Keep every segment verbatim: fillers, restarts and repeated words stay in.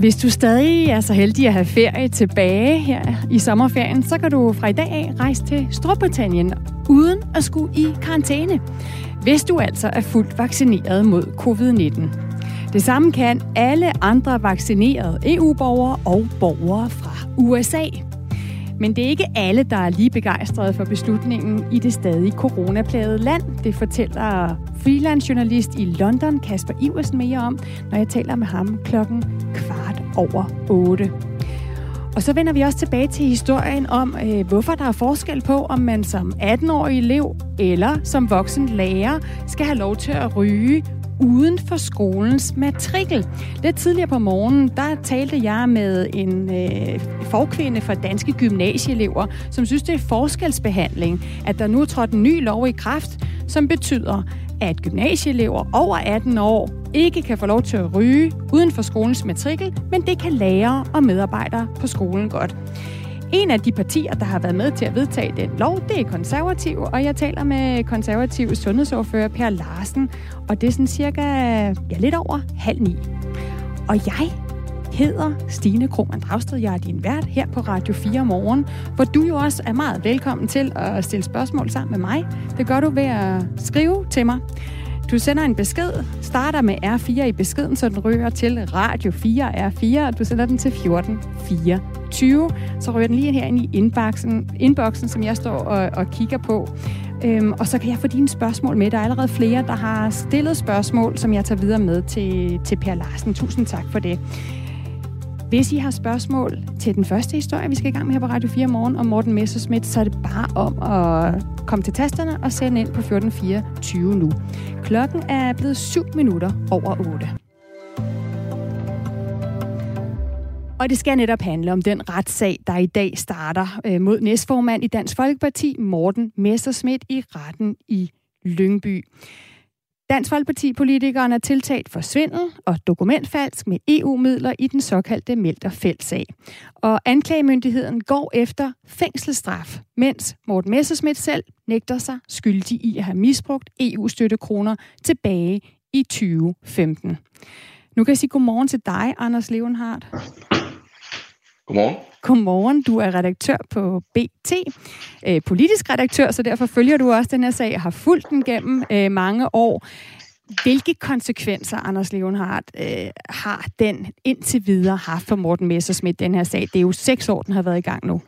Hvis du stadig er så heldig at have ferie tilbage her i sommerferien, så kan du fra i dag af rejse til Storbritannien uden at skulle i karantæne, hvis du altså er fuldt vaccineret mod covid nitten. Det samme kan alle andre vaccinerede E U-borgere og borgere fra U S A. Men det er ikke alle, der er lige begejstrede for beslutningen i det stadig coronaplagede land. Det fortæller freelance-journalist i London, Kasper Iversen, mere om, når jeg taler med ham klokken kvart over otte. Og så vender vi også tilbage til historien om, øh, hvorfor der er forskel på, om man som atten-årig elev eller som voksen lærer skal have lov til at ryge uden for skolens matrikel. Lidt tidligere på morgenen, der talte jeg med en øh, forkvinde fra danske gymnasieelever, som synes, det er forskelsbehandling, at der nu er trådt en ny lov i kraft, som betyder, at gymnasieelever over atten år ikke kan få lov til at ryge uden for skolens matrikel, men det kan lærere og medarbejdere på skolen godt. En af de partier, der har været med til at vedtage den lov, det er Konservativ, og jeg taler med Konservativ sundhedsordfører Per Larsen, og det er sådan cirka ja, lidt over halv ni. Og jeg hedder Stine Krohmann Dragsted. Jeg er din vært her på Radio fire Morgen, hvor du jo også er meget velkommen til at stille spørgsmål sammen med mig. Det gør du ved at skrive til mig. Du sender en besked, starter med R fire i beskeden, så den ryger til Radio fire R fire, og du sender den til fjorten fireogtyve. Så ryger den lige her ind i inboxen, inboxen som jeg står og, og kigger på. Øhm, og så kan jeg få dine spørgsmål med. Der er allerede flere, der har stillet spørgsmål, som jeg tager videre med til, til Per Larsen. Tusind tak for det. Hvis I har spørgsmål til den første historie, vi skal i gang med her på Radio fire Morgen om Morten Messerschmidt, så er det bare om at komme til tasterne og sende ind på fjorten fireogtyve nu. Klokken er blevet syv minutter over otte. Og det skal netop handle om den retssag, der i dag starter mod næstformand i Dansk Folkeparti, Morten Messerschmidt, i retten i Lyngby. Dansk Folkeparti-politikeren er tiltalt for svindel og dokumentfalsk med E U-midler i den såkaldte Melter-Felt-sag. Og anklagemyndigheden går efter fængselsstraf, mens Morten Messerschmidt selv nægter sig skyldig i at have misbrugt E U-støttekroner tilbage i tyve femten. Nu kan jeg sige godmorgen til dig, Anders Leonhardt. Godmorgen. Godmorgen. Du er redaktør på B T, øh, politisk redaktør, så derfor følger du også den her sag og har fulgt den gennem øh, mange år. Hvilke konsekvenser, Anders Leonhardt, øh, har den indtil videre haft for Morten Messerschmidt, den her sag? Det er jo seks år, den har været i gang nu.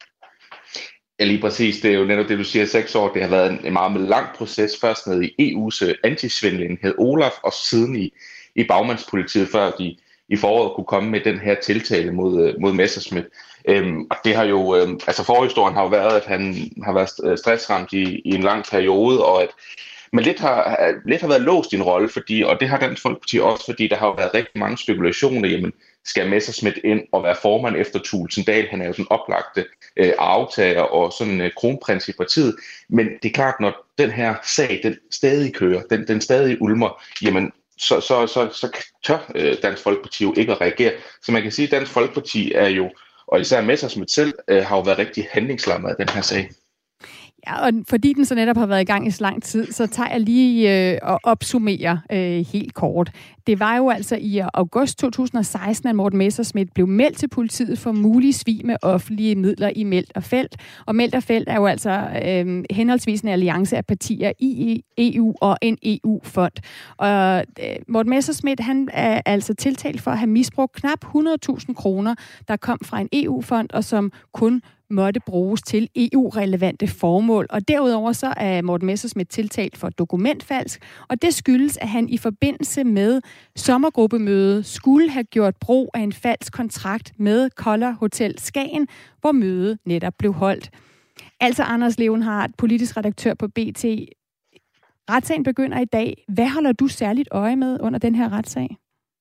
Ja, lige præcis. Det er jo netop det, du siger, seks år. Det har været en meget lang proces. Først nede i E U's antisvindelenhed Olaf, og siden i, i bagmandspolitiet, før de i foråret kunne komme med den her tiltale mod, mod Messerschmidt. Øhm, og det har jo, øhm, altså forhistorien har jo været, at han har været stressramt i, i en lang periode, og at men lidt har, lidt har været låst i en rolle, fordi, og det har Dansk Folkeparti også, fordi der har jo været rigtig mange spekulationer, jamen skal Messerschmidt ind og være formand efter Thulesen Dahl? Han er jo den oplagte øh, arvtager og sådan øh, kronprins i partiet. Men det er klart, når den her sag, den stadig kører, den, den stadig ulmer, jamen så, så, så, så tør øh, Dansk Folkeparti jo ikke at reagere. Så man kan sige, at Dansk Folkeparti er jo, og især Messerschmidt selv, øh, har jo været rigtig handlingslammet af den her sag. Ja, og fordi den så netop har været i gang i så lang tid, så tager jeg lige øh, og opsummerer øh, helt kort. Det var jo altså i august to tusind og seksten, at Morten Messerschmidt blev meldt til politiet for mulige svig med offentlige midler i Melter-Felt. Og Melter-Felt er jo altså øh, henholdsvis en alliance af partier i E U og en E U-fond. Og øh, Morten Messerschmidt, han er altså tiltalt for at have misbrugt knap hundrede tusind kroner, der kom fra en E U-fond, og som kun måtte bruges til E U-relevante formål. Og derudover så er Morten Messerschmidt tiltalt for dokumentfalsk, og det skyldes, at han i forbindelse med sommergruppemødet skulle have gjort brug af en falsk kontrakt med Color Hotel Skagen, hvor mødet netop blev holdt. Altså Anders Leonhardt, politisk redaktør på B T. Retssagen begynder i dag. Hvad holder du særligt øje med under den her retssag?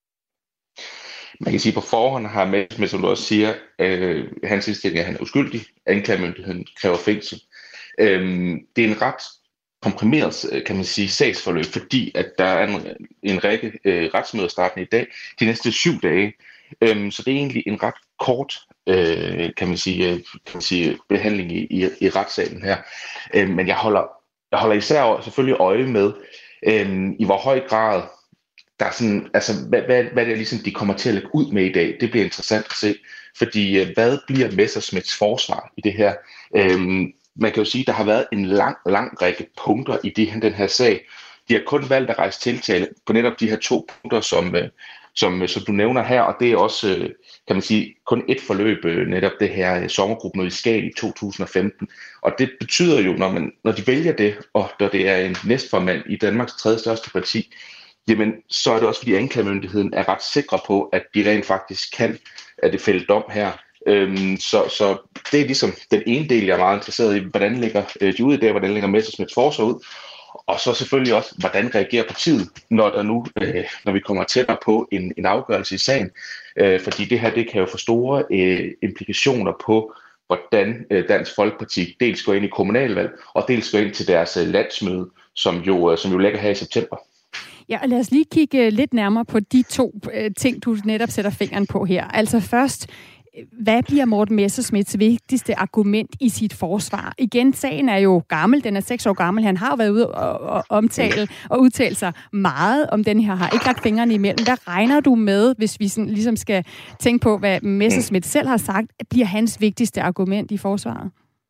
Man kan sige, på forhånd har Messerschmidt, som du også siger, øh, hans indstilling er, at han er uskyldig. Anklagemyndigheden kræver fængsel. Øh, det er en ret komprimeret, kan man sige, sagsforløb, fordi at der er en, en række øh, retsmøder startende i dag, de næste syv dage. Øh, så det er egentlig en ret kort, øh, kan man sige, kan man sige behandling i, i, i retssalen her. Øh, men jeg holder, jeg holder især selvfølgelig øje med, øh, i hvor høj grad der er sådan, altså, hvad, hvad, hvad det er ligesom, de kommer til at lægge ud med i dag, det bliver interessant at se. Fordi øh, hvad bliver Messerschmidts forsvar i det her? Øhm, man kan jo sige, at der har været en lang, lang række punkter i det, den her sag. De har kun valgt at rejse tiltale på netop de her to punkter, som, øh, som, som du nævner her, og det er også, øh, kan man sige, kun et forløb, øh, netop det her øh, sommergruppemøde i Skagen i to tusind og femten. Og det betyder jo, når, man, når de vælger det, og når det er en næstformand i Danmarks tredje største parti, jamen så er det også, fordi anklagemyndigheden er ret sikre på, at de rent faktisk kan, at det fælde dom her. Øhm, så, så det er ligesom den ene del, jeg er meget interesseret i. Hvordan ligger øh, de ud i det, hvordan ligger Messerschmidts forsvar ud? Og så selvfølgelig også, hvordan reagerer partiet, når der nu, øh, når vi kommer tættere på en, en afgørelse i sagen. Øh, fordi det her, det kan jo få store øh, implikationer på, hvordan øh, Dansk Folkeparti dels går ind i kommunalvalg, og dels går ind til deres øh, landsmøde, som jo, øh, som jo ligger her i september. Ja, og lad os lige kigge lidt nærmere på de to øh, ting, du netop sætter fingeren på her. Altså først, hvad bliver Morten Messerschmidts vigtigste argument i sit forsvar? Igen, sagen er jo gammel, den er seks år gammel. Han har jo været ude og, og omtale og udtale sig meget om den her, har ikke lagt fingrene imellem. Hvad regner du med, hvis vi sådan ligesom skal tænke på, hvad Messerschmidt selv har sagt, bliver hans vigtigste argument i forsvaret?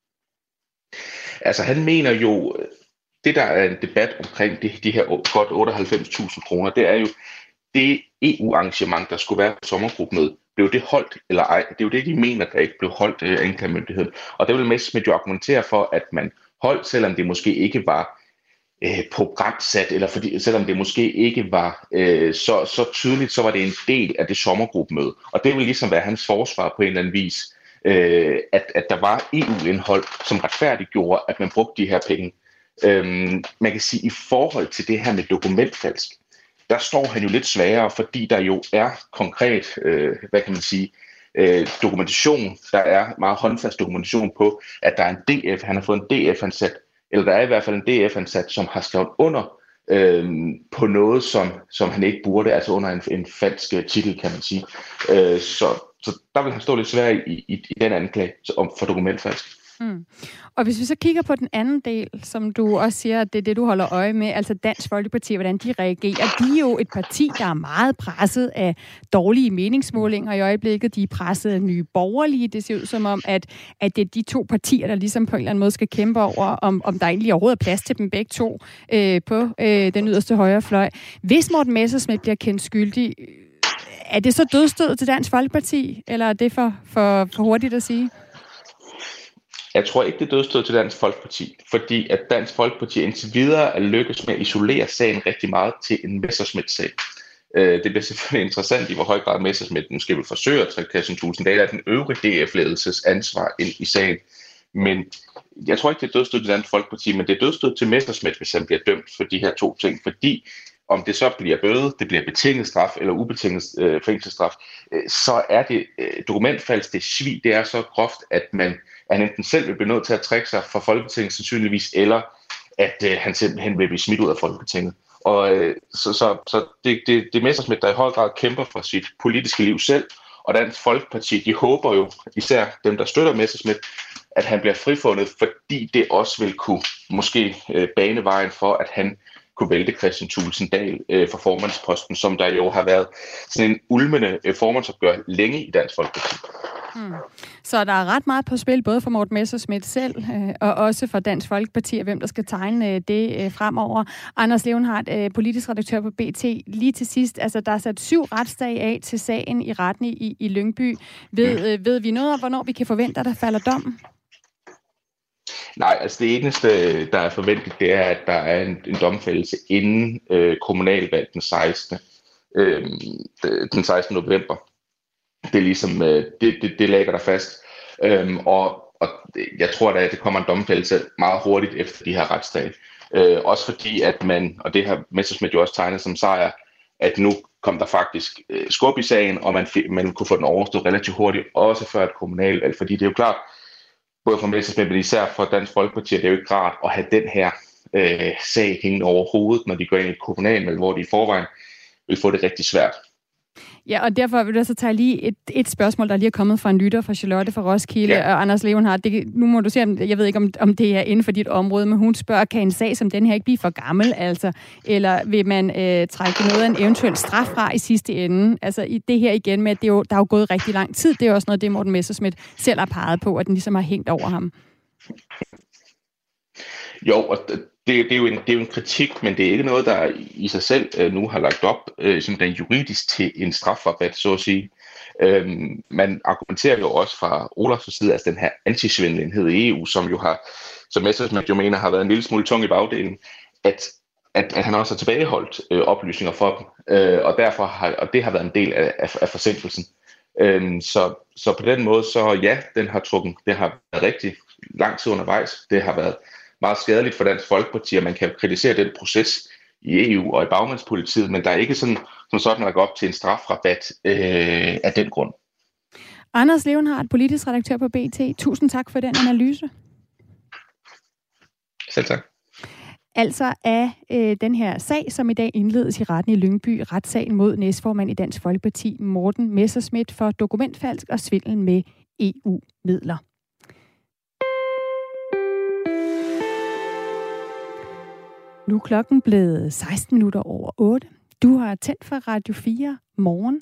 Altså, han mener jo, det der er en debat omkring de, de her godt otteoghalvfems tusind kroner, det er jo det E U-arrangement, der skulle være på sommergruppemødet. Blev det holdt eller ej? Det er jo det, de mener, der ikke blev holdt af øh, anklagemyndigheden. Og det vil Messerschmidt jo argumentere for, at man holdt, selvom det måske ikke var øh, programsat, eller fordi, selvom det måske ikke var øh, så, så tydeligt, så var det en del af det sommergruppemøde. Og det vil ligesom være hans forsvar på en eller anden vis, øh, at, at der var E U-indhold, som retfærdiggjorde, at man brugte de her penge. Øhm, man kan sige, i forhold til det her med dokumentfalsk, der står han jo lidt sværere, fordi der jo er konkret, øh, hvad kan man sige, øh, dokumentation, der er meget håndfast dokumentation på, at der er en D F, han har fået en D F-ansat, eller der er i hvert fald en D F-ansat, som har skrevet under øh, på noget, som, som han ikke burde, altså under en, en falsk titel, kan man sige. Øh, så, så der vil han stå lidt sværere i, i, i den anklage om for dokumentfalsk. Mm. Og hvis vi så kigger på den anden del, som du også siger, at det er det, du holder øje med, altså Dansk Folkeparti, hvordan de reagerer. De er jo et parti, der er meget presset af dårlige meningsmålinger i øjeblikket. De er presset af Nye Borgerlige. Det ser ud som om, at, at det er de to partier, der ligesom på en eller anden måde skal kæmpe over, om, om der egentlig overhovedet er plads til dem begge to øh, på øh, den yderste højre fløj. Hvis Morten Messerschmidt bliver kendt skyldig, er det så dødsstød til Dansk Folkeparti, eller er det for, for, for hurtigt at sige? Jeg tror ikke, det er dødsstød til Dansk Folkeparti, fordi at Dansk Folkeparti indtil videre er lykkes med at isolere sagen rigtig meget til en Messerschmidt-sag. Det bliver selvfølgelig interessant i, hvor høj grad Messerschmidt måske vil forsøge at trække Kristian Thulesen Dahl af den øvrige D F-ledelses ansvar ind i sagen. Men jeg tror ikke, det er dødsstød til Dansk Folkeparti, men det er dødsstød til Messerschmidt, hvis han bliver dømt for de her to ting, fordi om det så bliver bøde, det bliver betinget straf eller ubetinget øh, fængselsstraf, øh, så er det øh, dokumentfalsk, det svig, det er så groft, at man at han enten selv vil blive nødt til at trække sig fra Folketinget sandsynligvis, eller at øh, han simpelthen vil blive smidt ud af Folketinget. Og øh, så, så, så det, det, det er Messerschmidt, der i høj grad kæmper for sit politiske liv selv, og Dansk Folkeparti, de håber jo, især dem, der støtter Messerschmidt, at han bliver frifundet, fordi det også vil kunne måske øh, bane vejen for, at han kunne vælte Kristian Thulesen Dahl øh, for formandsposten, som der jo har været sådan en ulmende øh, formandsopgør længe i Dansk Folkeparti. Hmm. Så der er ret meget på spil, både for Morten Messerschmidt selv, øh, og også for Dansk Folkeparti, og hvem der skal tegne øh, det øh, fremover. Anders Levenhardt, øh, politisk redaktør på B T, lige til sidst, altså der er sat syv retsdage af til sagen i retten i, i Lyngby. Ved, øh, ved vi noget om, hvornår vi kan forvente, at der falder dom? Nej, altså det eneste, der er forventet, det er, at der er en, en domfældelse inden øh, kommunalvalg den sekstende Øh, den sekstende november. Det er ligesom, øh, det, det, det lægger der fast. Øhm, og, og jeg tror da, at det kommer en domfældelse meget hurtigt efter de her retsdage. Øh, også fordi, at man, og det har Messerschmidt jo også tegnet som sejr, at nu kom der faktisk øh, skub i sagen, og man, man kunne få den overstået relativt hurtigt, også før et kommunalvalg. Fordi det er jo klart, både for Messerschmidt, men især for Dansk Folkeparti, det er jo ikke rart at have den her øh, sag hængende over hovedet, når de går ind i et kommunalvalg, hvor de i forvejen vil få det rigtig svært. Ja, og derfor vil jeg så tage lige et, et spørgsmål, der lige er kommet fra en lytter fra Charlotte fra Roskilde, ja. Og Anders Leonhardt. Det, nu må du se, jeg ved ikke, om, om det er inden for dit område, men hun spørger, kan en sag som den her ikke blive for gammel, altså? Eller vil man øh, trække noget af en eventuel straf fra i sidste ende? Altså i det her igen med, at det er jo, der er jo gået rigtig lang tid. Det er også noget, det Morten Messerschmidt selv har peget på, at den ligesom har hængt over ham. Jo, og det, det, er jo en, det er jo en kritik, men det er ikke noget, der i sig selv øh, nu har lagt op øh, som den juridisk til en strafrabat, så at sige. Øhm, man argumenterer jo også fra Olafs side, altså den her antisvindelighed i E U, som jo har, som Messerschmidt jo mener, har været en lille smule tung i bagdelen, at, at, at han også har tilbageholdt øh, oplysninger for dem, øh, og derfor har, og det har været en del af, af, af forsinkelsen. Øhm, så, så på den måde, så ja, den har trukket, det har været rigtig lang tid undervejs. Det har været meget skadeligt for Dansk Folkeparti, at man kan kritisere den proces i E U og i bagmandspolitiet, men der er ikke sådan, som sådan at gå op til en strafrabat øh, af den grund. Anders Leonhardt, politisk redaktør på B T. Tusind tak for den analyse. Selv tak. Altså af øh, den her sag, som i dag indledes i retten i Lyngby, retssagen mod næstformand i Dansk Folkeparti, Morten Messerschmidt, for dokumentfalsk og svindel med E U-midler. Nu er klokken blevet seksten minutter over otte. Du har tændt for Radio fire Morgen,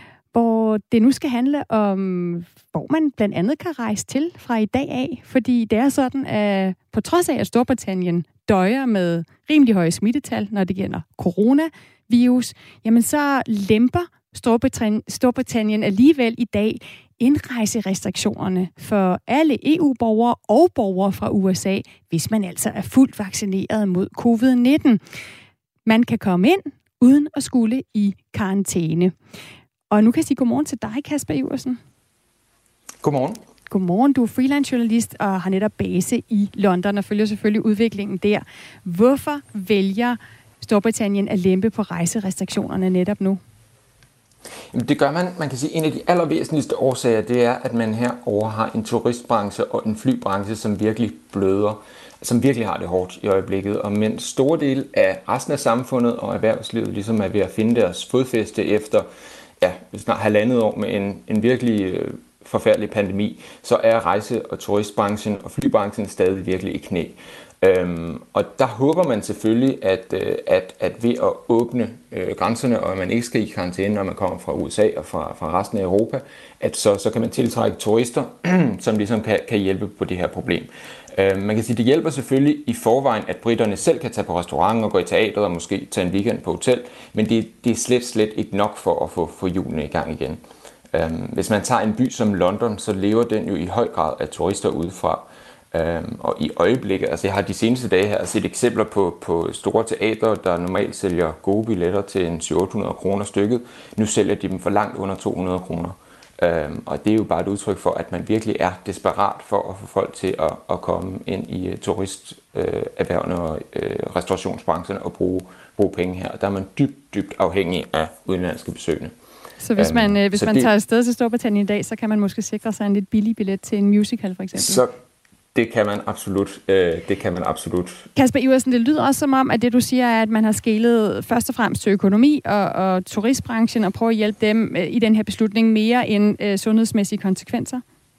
hvor det nu skal handle om, hvor man blandt andet kan rejse til fra i dag af. Fordi det er sådan, at på trods af, at Storbritannien døjer med rimelig høje smittetal, når det gælder coronavirus, jamen så lemper Storbritannien, Storbritannien alligevel i dag indrejserestriktionerne for alle E U-borgere og borgere fra U S A, hvis man altså er fuldt vaccineret mod covid nitten. Man kan komme ind uden at skulle i karantæne. Og nu kan jeg sige godmorgen til dig, Kasper Iversen. Godmorgen. Godmorgen, du er freelance journalist og har netop base i London og følger selvfølgelig udviklingen der. Hvorfor vælger Storbritannien at lempe på rejserestriktionerne netop nu? Jamen, det gør man. Man kan sige, at en af de allervæsentligste årsager, det er, at man herover har en turistbranche og en flybranche, som virkelig bløder, som virkelig har det hårdt i øjeblikket. Og mens store dele af resten af samfundet og erhvervslivet ligesom er ved at finde deres fodfæste efter ja, snart halvandet år med en, en virkelig øh, forfærdelig pandemi, så er rejse- og turistbranchen og flybranchen stadig virkelig i knæ. Øhm, og der håber man selvfølgelig, at, at, at ved at åbne øh, grænserne, og at man ikke skal i karantæne, når man kommer fra U S A og fra, fra resten af Europa, at så, så kan man tiltrække turister, som ligesom kan, kan hjælpe på det her problem. Øhm, man kan sige, at det hjælper selvfølgelig i forvejen, at britterne selv kan tage på restaurant og gå i teateret og måske tage en weekend på hotel, men det, det er slet, slet ikke nok for at få, få hjulene i gang igen. Øhm, hvis man tager en by som London, så lever den jo i høj grad af turister udefra. Øhm, og i øjeblikket, altså jeg har de seneste dage her set eksempler på, på store teater, der normalt sælger gode billetter til en syv hundrede kroner stykket. Nu sælger de dem for langt under to hundrede kroner. Øhm, og det er jo bare et udtryk for, at man virkelig er desperat for at få folk til at, at komme ind i uh, turisterhvervene uh, og uh, restaurationsbranchen og bruge, bruge penge her. Og der er man dybt, dybt afhængig af udenlandske besøgende. Så hvis man, øhm, hvis man det, tager afsted til Storbritannien i dag, så kan man måske sikre sig en lidt billig billet til en musical for eksempel? Så Det kan man absolut. Øh, det kan man absolut. Kasper Iversen, det lyder også som om, at det du siger er, at man har skelet først og fremmest til økonomi og, og turistbranchen og prøve at hjælpe dem øh, i den her beslutning mere end øh, sundhedsmæssige konsekvenser?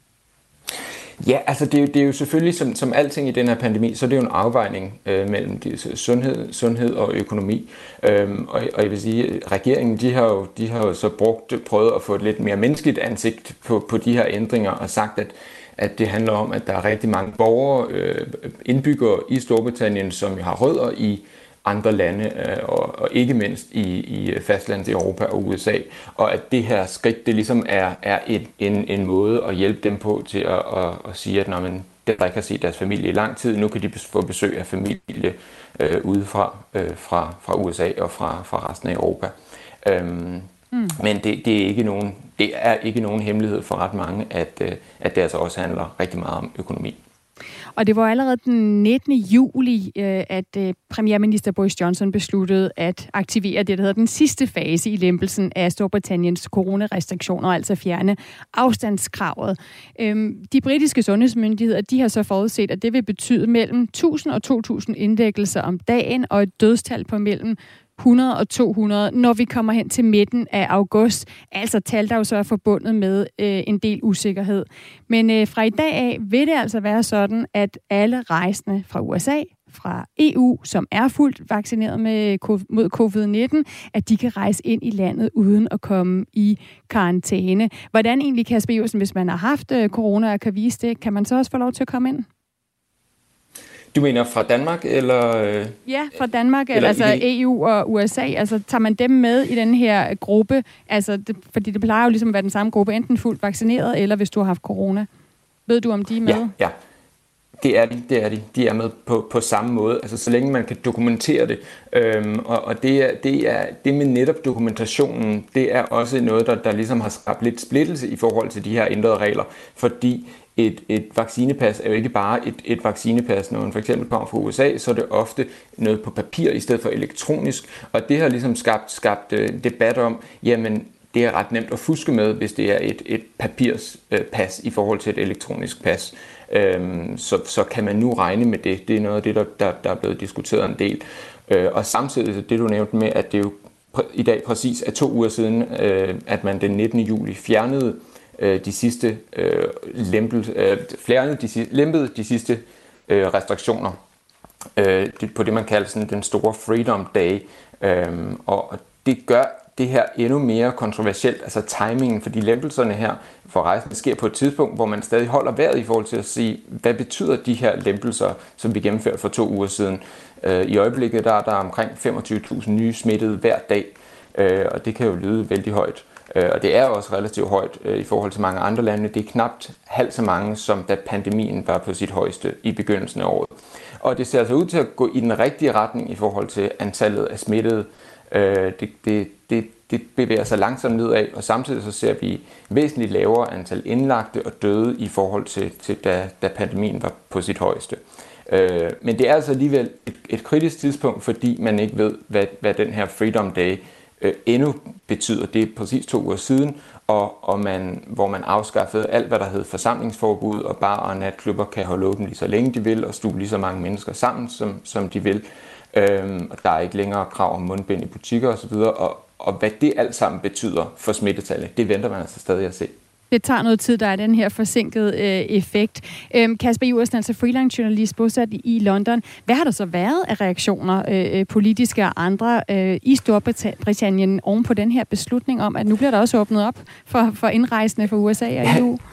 Ja, altså det er jo, det er jo selvfølgelig som, som alting i den her pandemi, så er det jo en afvejning øh, mellem de, sundhed, sundhed og økonomi. Øhm, og, og jeg vil sige, at regeringen de har, jo, de har jo så brugt, prøvet at få et lidt mere menneskeligt ansigt på, på de her ændringer og sagt, at at det handler om, at der er rigtig mange borgere, øh, indbyggere i Storbritannien, som jo har rødder i andre lande, øh, og, og ikke mindst i, i fastlandet i Europa og U S A, og at det her skridt, det ligesom er, er et, en, en måde at hjælpe dem på til at, at, at sige, at når man der ikke har set deres familie i lang tid, nu kan de få besøg af familie øh, udefra, øh, fra, fra U S A og fra, fra resten af Europa. Øhm, Mm. Men det, det, er ikke nogen, det er ikke nogen hemmelighed for ret mange, at, at det altså også handler rigtig meget om økonomi. Og det var allerede den nittende juli, at premierminister Boris Johnson besluttede at aktivere det, der hedder den sidste fase i lempelsen af Storbritanniens coronarestriktioner, altså fjerne afstandskravet. De britiske sundhedsmyndigheder, de har så forudset, at det vil betyde mellem tusind og to tusind indlæggelser om dagen og et dødstal på mellem hundrede og to hundrede, når vi kommer hen til midten af august. Altså tal, der jo så er forbundet med øh, en del usikkerhed. Men øh, fra i dag af vil det altså være sådan, at alle rejsende fra U S A, fra E U, som er fuldt vaccineret med, mod covid nitten, at de kan rejse ind i landet uden at komme i karantæne. Hvordan egentlig, Kasper Iversen, hvis man har haft øh, corona og kan vise det, kan man så også få lov til at komme ind? Du mener fra Danmark, eller? Øh, ja, fra Danmark, eller altså E U og U S A. Altså, tager man dem med i den her gruppe? Altså, det, fordi det plejer jo ligesom at være den samme gruppe, enten fuldt vaccineret, eller hvis du har haft corona. Ved du, om de er med? Ja, ja. Det er de, det er de. De er med på, på samme måde, altså så længe man kan dokumentere det. Øhm, og og det, er, det, er, det med netop dokumentationen, det er også noget, der, der ligesom har skabt lidt splittelse i forhold til de her ændrede regler, fordi et, et vaccinepas er jo ikke bare et, et vaccinepas. Når man for eksempel kommer fra U S A, så er det ofte noget på papir i stedet for elektronisk, og det har ligesom skabt, skabt uh, debat om, jamen det er ret nemt at fuske med, hvis det er et, et papirspas uh, i forhold til et elektronisk pas. Øhm, så, så kan man nu regne med det. Det er noget af det, der, der, der er blevet diskuteret en del. Øh, og samtidig det, du nævnte med, at det jo pr- i dag præcis er to uger siden, øh, at man den nittende juli fjernede øh, de sidste øh, lempel, øh, fjernede de, lempede de sidste øh, restriktioner øh, på det, man kalder sådan den store Freedom Day. Øh, og det gør det her endnu mere kontroversielt, altså timingen for de lempelserne her for rejsen sker på et tidspunkt, hvor man stadig holder vejret i forhold til at sige, hvad betyder de her lempelser, som vi gennemførte for to uger siden. I øjeblikket der er der omkring femogtyve tusind nye smittede hver dag, og det kan jo lyde vældig højt. Og det er også relativt højt i forhold til mange andre lande. Det er knapt halvt så mange, som da pandemien var på sit højeste i begyndelsen af året. Og det ser altså ud til at gå i den rigtige retning i forhold til antallet af smittede. Det, det, det, det bevæger sig langsomt nedad, og samtidig så ser vi væsentligt lavere antal indlagte og døde i forhold til, til da, da pandemien var på sit højeste. Men det er altså alligevel et, et kritisk tidspunkt, fordi man ikke ved, hvad, hvad den her Freedom Day endnu betyder. Det er præcis to uger siden, og, og man, hvor man afskaffede alt, hvad der hed forsamlingsforbud, og bar og natklubber kan holde åbent lige så længe de vil, og stue lige så mange mennesker sammen, som, som de vil. Øhm, og der er ikke længere krav om mundbind i butikker osv., og, og hvad det alt sammen betyder for smittetallet, det venter man altså stadig at se. Det tager noget tid, der er den her forsinkede øh, effekt. Øhm, Kasper Iversen, altså freelance-journalist bosat i London. Hvad har der så været af reaktioner, øh, politiske og andre, øh, i Storbritannien oven på den her beslutning om, at nu bliver der også åbnet op for, for indrejsende fra U S A og E U?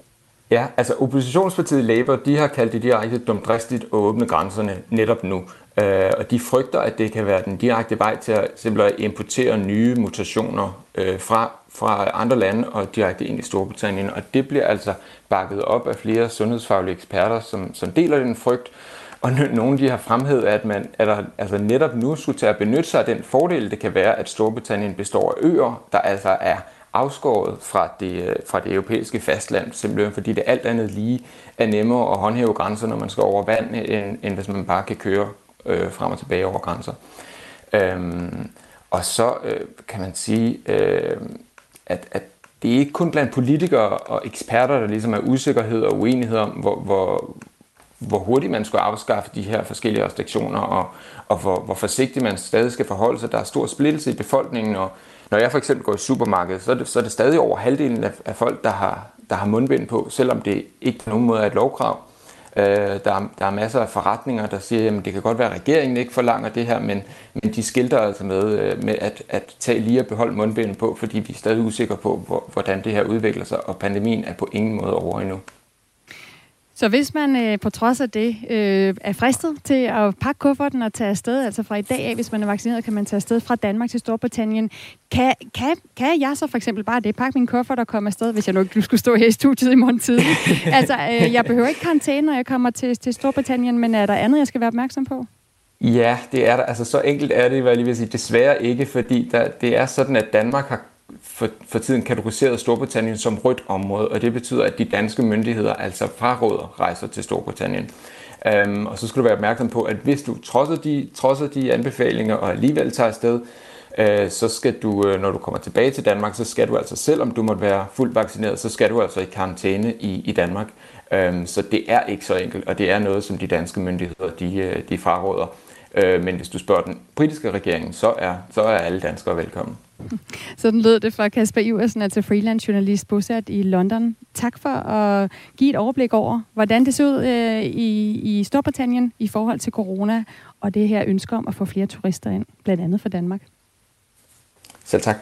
Ja, altså oppositionspartiet Labour, de har kaldt det direkte dumdristigt at åbne grænserne netop nu. Øh, og de frygter, at det kan være den direkte vej til at simpelthen importere nye mutationer øh, fra, fra andre lande og direkte ind i Storbritannien. Og det bliver altså bakket op af flere sundhedsfaglige eksperter, som, som deler den frygt. Og nogle de har fremhævet, at man at der, altså netop nu skulle til at benytte sig af den fordel, det kan være, at Storbritannien består af øer, der altså er afskåret fra det, fra det europæiske fastland, simpelthen fordi det alt andet lige er nemmere at håndhæve grænser, når man skal over vand, end, end hvis man bare kan køre øh, frem og tilbage over grænser. Øhm, og så øh, kan man sige, øh, at, at det er ikke kun blandt politikere og eksperter, der ligesom er usikkerhed og uenighed om, hvor, hvor, hvor hurtigt man skal afskaffe de her forskellige restriktioner, og, og hvor, hvor forsigtigt man stadig skal forholde sig. Der er stor splittelse i befolkningen, og når jeg for eksempel går i supermarkedet, så er det, så er det stadig over halvdelen af, af folk, der har, der har mundbind på, selvom det ikke på nogen måde er et lovkrav. Øh, der, er, der er masser af forretninger, der siger, at det kan godt være, at regeringen ikke forlanger det her, men, men de skilter altså med, med at, at tage lige og beholde mundbinden på, fordi vi er stadig usikre på, hvor, hvordan det her udvikler sig, og pandemien er på ingen måde over endnu. Så hvis man øh, på trods af det øh, er fristet til at pakke kufferten og tage afsted, altså fra i dag af, hvis man er vaccineret, kan man tage afsted fra Danmark til Storbritannien. Kan, kan, kan jeg så for eksempel bare det, pakke min kuffert og komme afsted, hvis jeg nu ikke skulle stå her i studiet i morgen tid? Altså, øh, jeg behøver ikke karantæne, når jeg kommer til, til Storbritannien, men er der andet, jeg skal være opmærksom på? Ja, det er der. Altså, så enkelt er det, hvad jeg lige vil sige. Desværre ikke, fordi der, det er sådan, at Danmark har For, for tiden kategoriseret Storbritannien som rødt område, og det betyder, at de danske myndigheder altså fraråder rejser til Storbritannien. Um, og så skal du være opmærksom på, at hvis du trodser de, trodser de anbefalinger og alligevel tager afsted, uh, så skal du, uh, når du kommer tilbage til Danmark, så skal du altså, selvom du måtte være fuldt vaccineret, så skal du altså i karantæne i, i Danmark. Um, så det er ikke så enkelt, og det er noget, som de danske myndigheder de, de fraråder. Øh, men hvis du spørger den britiske regering, så er, så er alle danskere velkommen. Sådan lød det fra Kasper Iversen, altså freelance journalist bosat i London. Tak for at give et overblik over, hvordan det ser ud øh, i, i Storbritannien i forhold til corona, og det her ønsker om at få flere turister ind, blandt andet fra Danmark. Selv tak.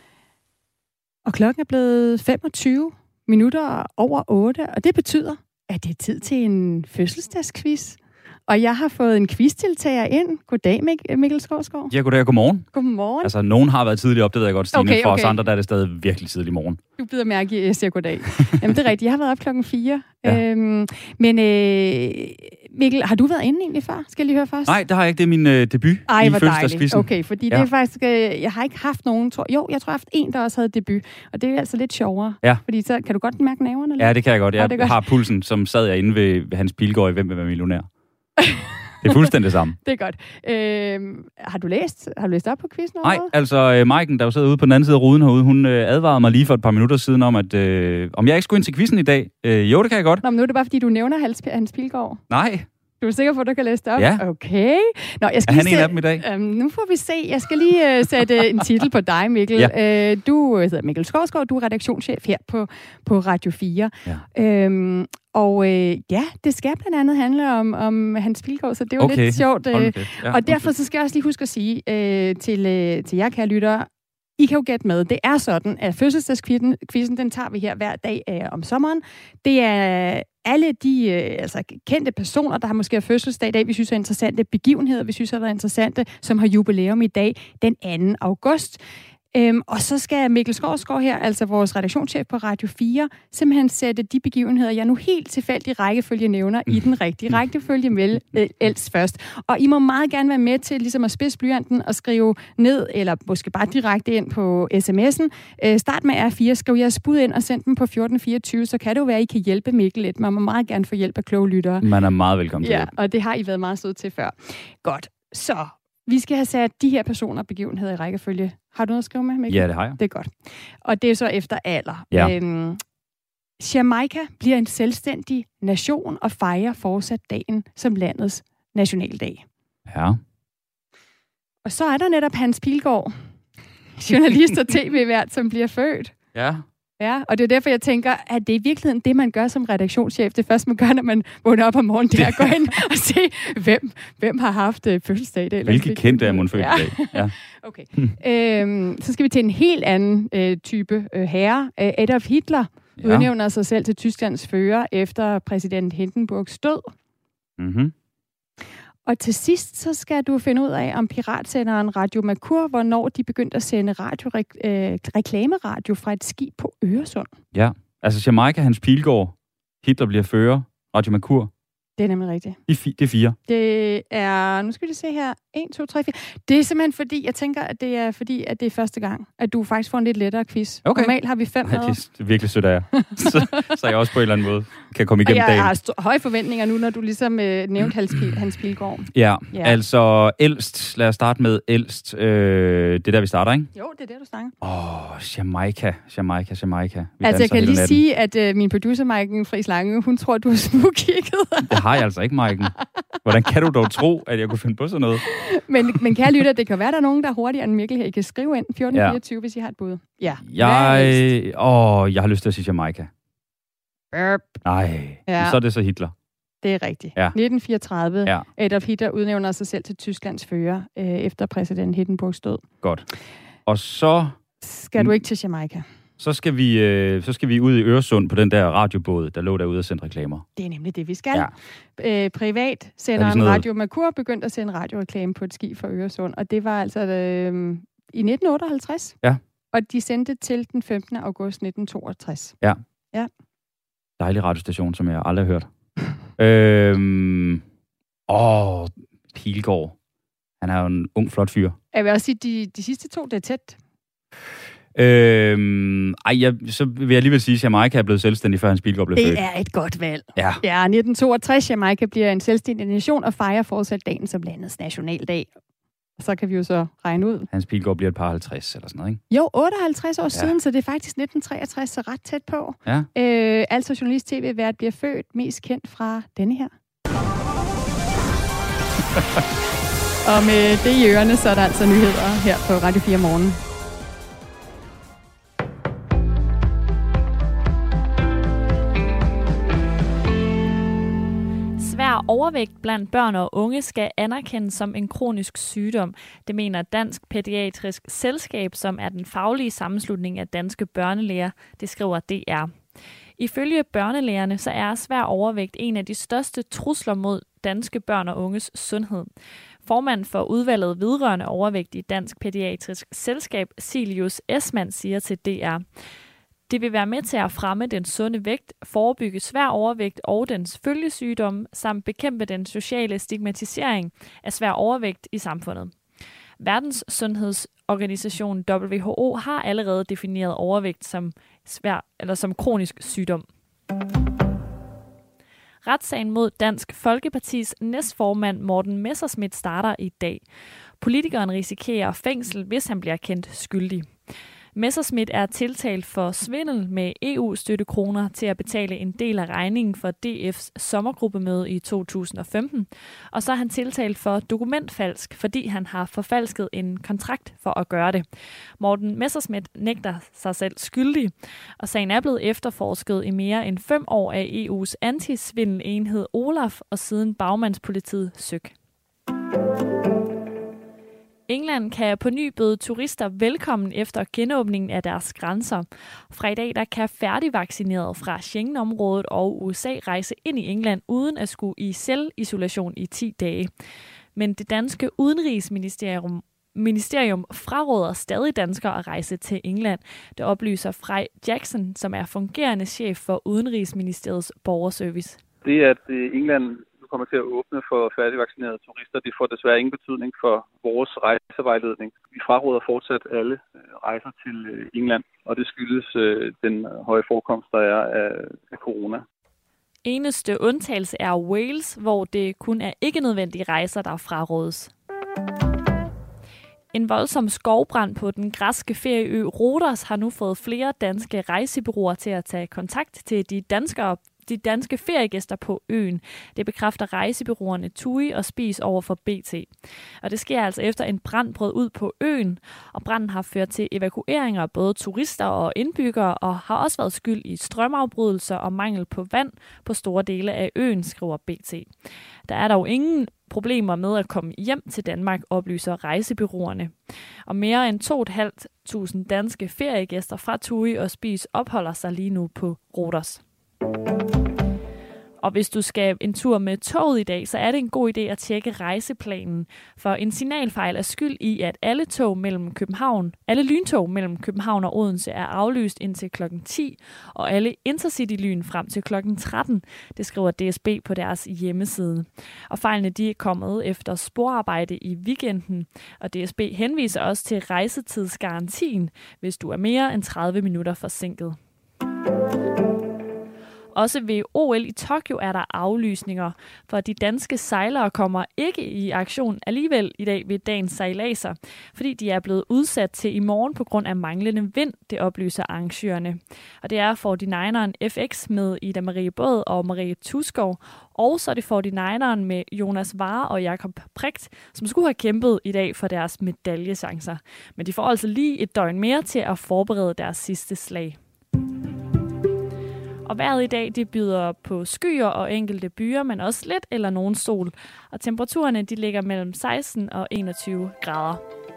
Og klokken er blevet femogtyve minutter over otte, og det betyder, at det er tid til en fødselsdagsquiz. Og jeg har fået en quizdeltager ind. Goddag, Mikkel Skovsgaard. Ja, goddag og godmorgen. Godmorgen. Altså, nogen har været tidligt op, det ved jeg godt, Stine. Okay, For okay. os andre, der er det stadig virkelig tidlig morgen. Du bider mærke i, at jeg siger goddag. Jamen, det er rigtigt. Jeg har været op klokken fire. Ja. Øhm, men øh, Mikkel, har du været inde egentlig før? Skal jeg lige høre først? Nej, det har jeg ikke. Det er min øh, debut Ej, i hvor fødselsdagsquizzen. Okay, fordi ja. det er faktisk... Øh, jeg har ikke haft nogen... Tror, jo, jeg tror, jeg har haft en, der også havde debut. Og det er altså lidt sjovere. Ja. Fordi så kan du godt mærke naverne lidt? Ja, det kan jeg godt. Jeg ja, det godt. har pulsen, som sad jeg inde ved, ved Hans Pilgaard i Hvem vil være millionær. Det er fuldstændig det samme. Det er godt. Øh, har du læst? Har du læst op på quizzen? Nej, altså Maiken, der jo sidder ude på den anden side af ruden herude, hun øh, advarede mig lige for et par minutter siden om, at øh, om jeg ikke skulle ind til quizzen i dag. Øh, jo, det kan jeg godt. Nå, men nu er det bare, fordi du nævner Hans, Hans Pilgaard. Nej. Du er sikker på, at du kan læse det op? Ja. Okay. Nå, jeg skal er han lige en af dem i dag? Øhm, nu får vi se. Jeg skal lige uh, sætte en titel på dig, Mikkel. Ja. Uh, du hedder Mikkel Skovsgaard, du er redaktionschef her på, på Radio fire. Ja. Øhm, og uh, ja, det skal blandt andet handle om, om Hans Pilgaard, så det er jo okay. lidt sjovt. Uh, okay. ja, og derfor så skal jeg også lige huske at sige uh, til, uh, til jer, kære lyttere, I kan jo gætte med. Det er sådan, at fødselsdagsquizzen, den tager vi her hver dag øh, om sommeren. Det er alle de øh, altså kendte personer, der har måske fødselsdag i dag, vi synes er interessante begivenheder, vi synes har været interessante, som har jubilæum i dag, den anden august. Øhm, og så skal Mikkel Skovsgaard her, altså vores redaktionschef på Radio fire, simpelthen sætte de begivenheder, jeg nu helt tilfældig rækkefølge nævner, i den rigtige rækkefølge med øh, ældst først. Og I må meget gerne være med til ligesom at spidse blyanten og skrive ned, eller måske bare direkte ind på sms'en. Øh, start med R fire, skriv jeres bud ind og send dem på fjorten fireogtyve, så kan det jo være, at I kan hjælpe Mikkel lidt. Man må meget gerne få hjælp af kloge lyttere. Man er meget velkommen til. Ja, og det har I været meget søde til før. Godt, så... Vi skal have sat de her personer og begivenheder i rækkefølge. Har du noget at skrive med, Mikkel? Ja, det har jeg. Det er godt. Og det er så efter alder. Ja. Øhm, Jamaica bliver en selvstændig nation og fejrer fortsat dagen som landets nationaldag. Ja. Og så er der netop Hans Pilgaard, journalist og tv-vært, som bliver født. Ja. Ja, og det er derfor, jeg tænker, at det er i virkeligheden det, man gør som redaktionschef. Det første, man gør, når man vågner op om morgenen, det er at gå ind og se, hvem, hvem har haft uh, fødselsdag i dag. Hvilke kendte er man født ja. i dag? Ja. Okay. øhm, så skal vi til en helt anden øh, type øh, herre. Øh, Adolf Hitler ja. udnævner sig selv til Tysklands fører efter præsident Hindenburgs død. Mhm. Og til sidst, så skal du finde ud af, om piratsenderen Radio Mercur, hvornår de begyndte at sende radio, øh, reklameradio fra et skib på Øresund. Ja, altså Jamaica, Hans Pilgaard, Hitler bliver fører, Radio Mercur. Det er nemlig rigtigt. Det er fire. Det er, nu skal vi se her, en, to, tre, fire. Det er simpelthen fordi, jeg tænker, at det er fordi, at det er første gang, at du faktisk får en lidt lettere quiz. Okay. Normalt har vi fem med. Ej, det er virkelig sødt af jer. så, så jeg også på en eller anden måde kan komme igennem dagen. dagen. Jeg har st- høje forventninger nu, når du ligesom øh, nævnte Hans, Pil- Hans Pilgaard. Ja, ja, altså ældst. Lad os starte med ældst. Øh, det er der, vi starter, ikke? Jo, det er det, du snakker. Åh, oh, Jamaica, Jamaica, Jamaica. Vi altså, jeg kan lige natten. sige, at øh, min producer, Maiken Friis Lange, hun tror, du er smugkigget. Det har jeg altså ikke, Maiken. Hvordan kan du dog tro, at jeg kunne finde på sådan noget? men, men kære lytter, det kan være, der er nogen, der er hurtigere end Mikkel her. I kan skrive ind fjorten fireogtyve, ja. Hvis I har et bud. Ja. Jeg, åh, jeg har lyst til at sige Jamaica. Burp. Nej, ja. Så er det så Hitler. Det er rigtigt. Ja. nitten fireogtredive. Ja. Adolf Hitler udnævner sig selv til Tysklands fører øh, efter præsident Hindenburgs død. Godt. Og så... Skal du ikke til Jamaica? Så skal vi, øh, så skal vi ud i Øresund på den der radiobåd, der lå derude og sendte reklamer. Det er nemlig det, vi skal. Ja. Øh, privat sender en Radio Mercur begyndt at sende radioreklame på et skib for Øresund, og det var altså øh, i nitten otteoghalvtreds. Ja. Og de sendte til den femtende august nitten toogtres. Ja. Ja. Dejlig radiostation, som jeg aldrig har hørt. øhm, åh, Pilgaard. Han er jo en ung, flot fyr. Jeg vil også sige, de, de sidste to, det er tæt. Øhm, ej, jeg, så vil jeg alligevel sige, at Jamaica er blevet selvstændig, før Hans Pilgaard blev det født. Det er et godt valg. Ja. Ja, nitten toogtres, Jamaica bliver en selvstændig nation og fejrer fortsat dagen som landets nationaldag. Så kan vi jo så regne ud. Hans Pilgaard bliver et par halvtreds eller sådan noget, ikke? Jo, otteoghalvtreds år ja. siden, så det er faktisk nitten treogtres, så ret tæt på. Ja. Øh, altså journalist tv-vært bliver født, mest kendt fra denne her. Og med det i ørerne, så er der altså nyheder her på Radio fire Morgen. Svær overvægt blandt børn og unge skal anerkendes som en kronisk sygdom. Det mener Dansk Pædiatrisk Selskab, som er den faglige sammenslutning af danske børnelæger. Det skriver D R. Ifølge børnelægerne så er svær overvægt en af de største trusler mod danske børn og unges sundhed. Formand for udvalget vedrørende overvægt i Dansk Pædiatrisk Selskab, Silius Esmann, siger til D R. Det vil være med til at fremme den sunde vægt, forebygge svær overvægt og dens følgesygdomme, samt bekæmpe den sociale stigmatisering af svær overvægt i samfundet. Verdenssundhedsorganisationen W H O har allerede defineret overvægt som svær eller som kronisk sygdom. Retssagen mod Dansk Folkepartis næstformand Morten Messerschmidt starter i dag. Politikeren risikerer fængsel, hvis han bliver kendt skyldig. Messerschmidt er tiltalt for svindel med E U-støttekroner til at betale en del af regningen for D F's sommergruppemøde i to tusind og femten. Og så er han tiltalt for dokumentfalsk, fordi han har forfalsket en kontrakt for at gøre det. Morten Messerschmidt nægter sig selv skyldig, og sagen er blevet efterforsket i mere end fem år af E U's antisvindelenhed Olaf og siden bagmandspolitiet Søg. England kan på ny byde turister velkommen efter genåbningen af deres grænser. Fra i dag der kan færdigvaccinerede fra Schengen-området og U S A rejse ind i England uden at skulle i selvisolation i ti dage. Men det danske udenrigsministerium ministerium fraråder stadig danskere at rejse til England. Det oplyser Frej Jackson, som er fungerende chef for Udenrigsministeriets borgerservice. Det at England kommer til at åbne for færdigvaccinerede turister, det får desværre ingen betydning for vores rejsevejledning. Vi fraråder fortsat alle rejser til England, og det skyldes den høje forekomst, der er af corona. Eneste undtagelse er Wales, hvor det kun er ikke nødvendige rejser, der frarådes. En voldsom skovbrand på den græske ferieø Rhodos har nu fået flere danske rejsebureauer til at tage kontakt til de danskere, de danske feriegæster på øen. Det bekræfter rejsebureauerne TUI og Spis over for B T. Og det sker altså efter en brand brød ud på øen, og branden har ført til evakueringer af både turister og indbyggere, og har også været skyld i strømafbrydelser og mangel på vand på store dele af øen, skriver B T. Der er dog ingen problemer med at komme hjem til Danmark, oplyser rejsebureauerne. Og mere end to tusind fem hundrede danske feriegæster fra TUI og Spis opholder sig lige nu på Rhodos. Og hvis du skal en tur med toget i dag, så er det en god idé at tjekke rejseplanen. For en signalfejl er skyld i, at alle tog mellem København, alle lyntog mellem København og Odense er aflyst indtil klokken ti, og alle intercity-lyn frem til klokken tretten. Det skriver D S B på deres hjemmeside. Og fejlene de er kommet efter sporarbejde i weekenden, og D S B henviser også til rejsetidsgarantien, hvis du er mere end tredive minutter forsinket. Også ved O L i Tokyo er der aflysninger, for de danske sejlere kommer ikke i aktion alligevel i dag ved dagens sejladser, fordi de er blevet udsat til i morgen på grund af manglende vind, det oplyser arrangørerne. Og det er forty-nineren F X med Ida Marie Båd og Marie Tuskov, og så er det forty-nineren med Jonas Vare og Jakob Precht, som skulle have kæmpet i dag for deres medaljesancer. Men de får altså lige et døgn mere til at forberede deres sidste slag. Og vejret i dag, det byder på skyer og enkelte byer, men også lidt eller nogen sol. Og temperaturerne, de ligger mellem seksten og enogtyve grader.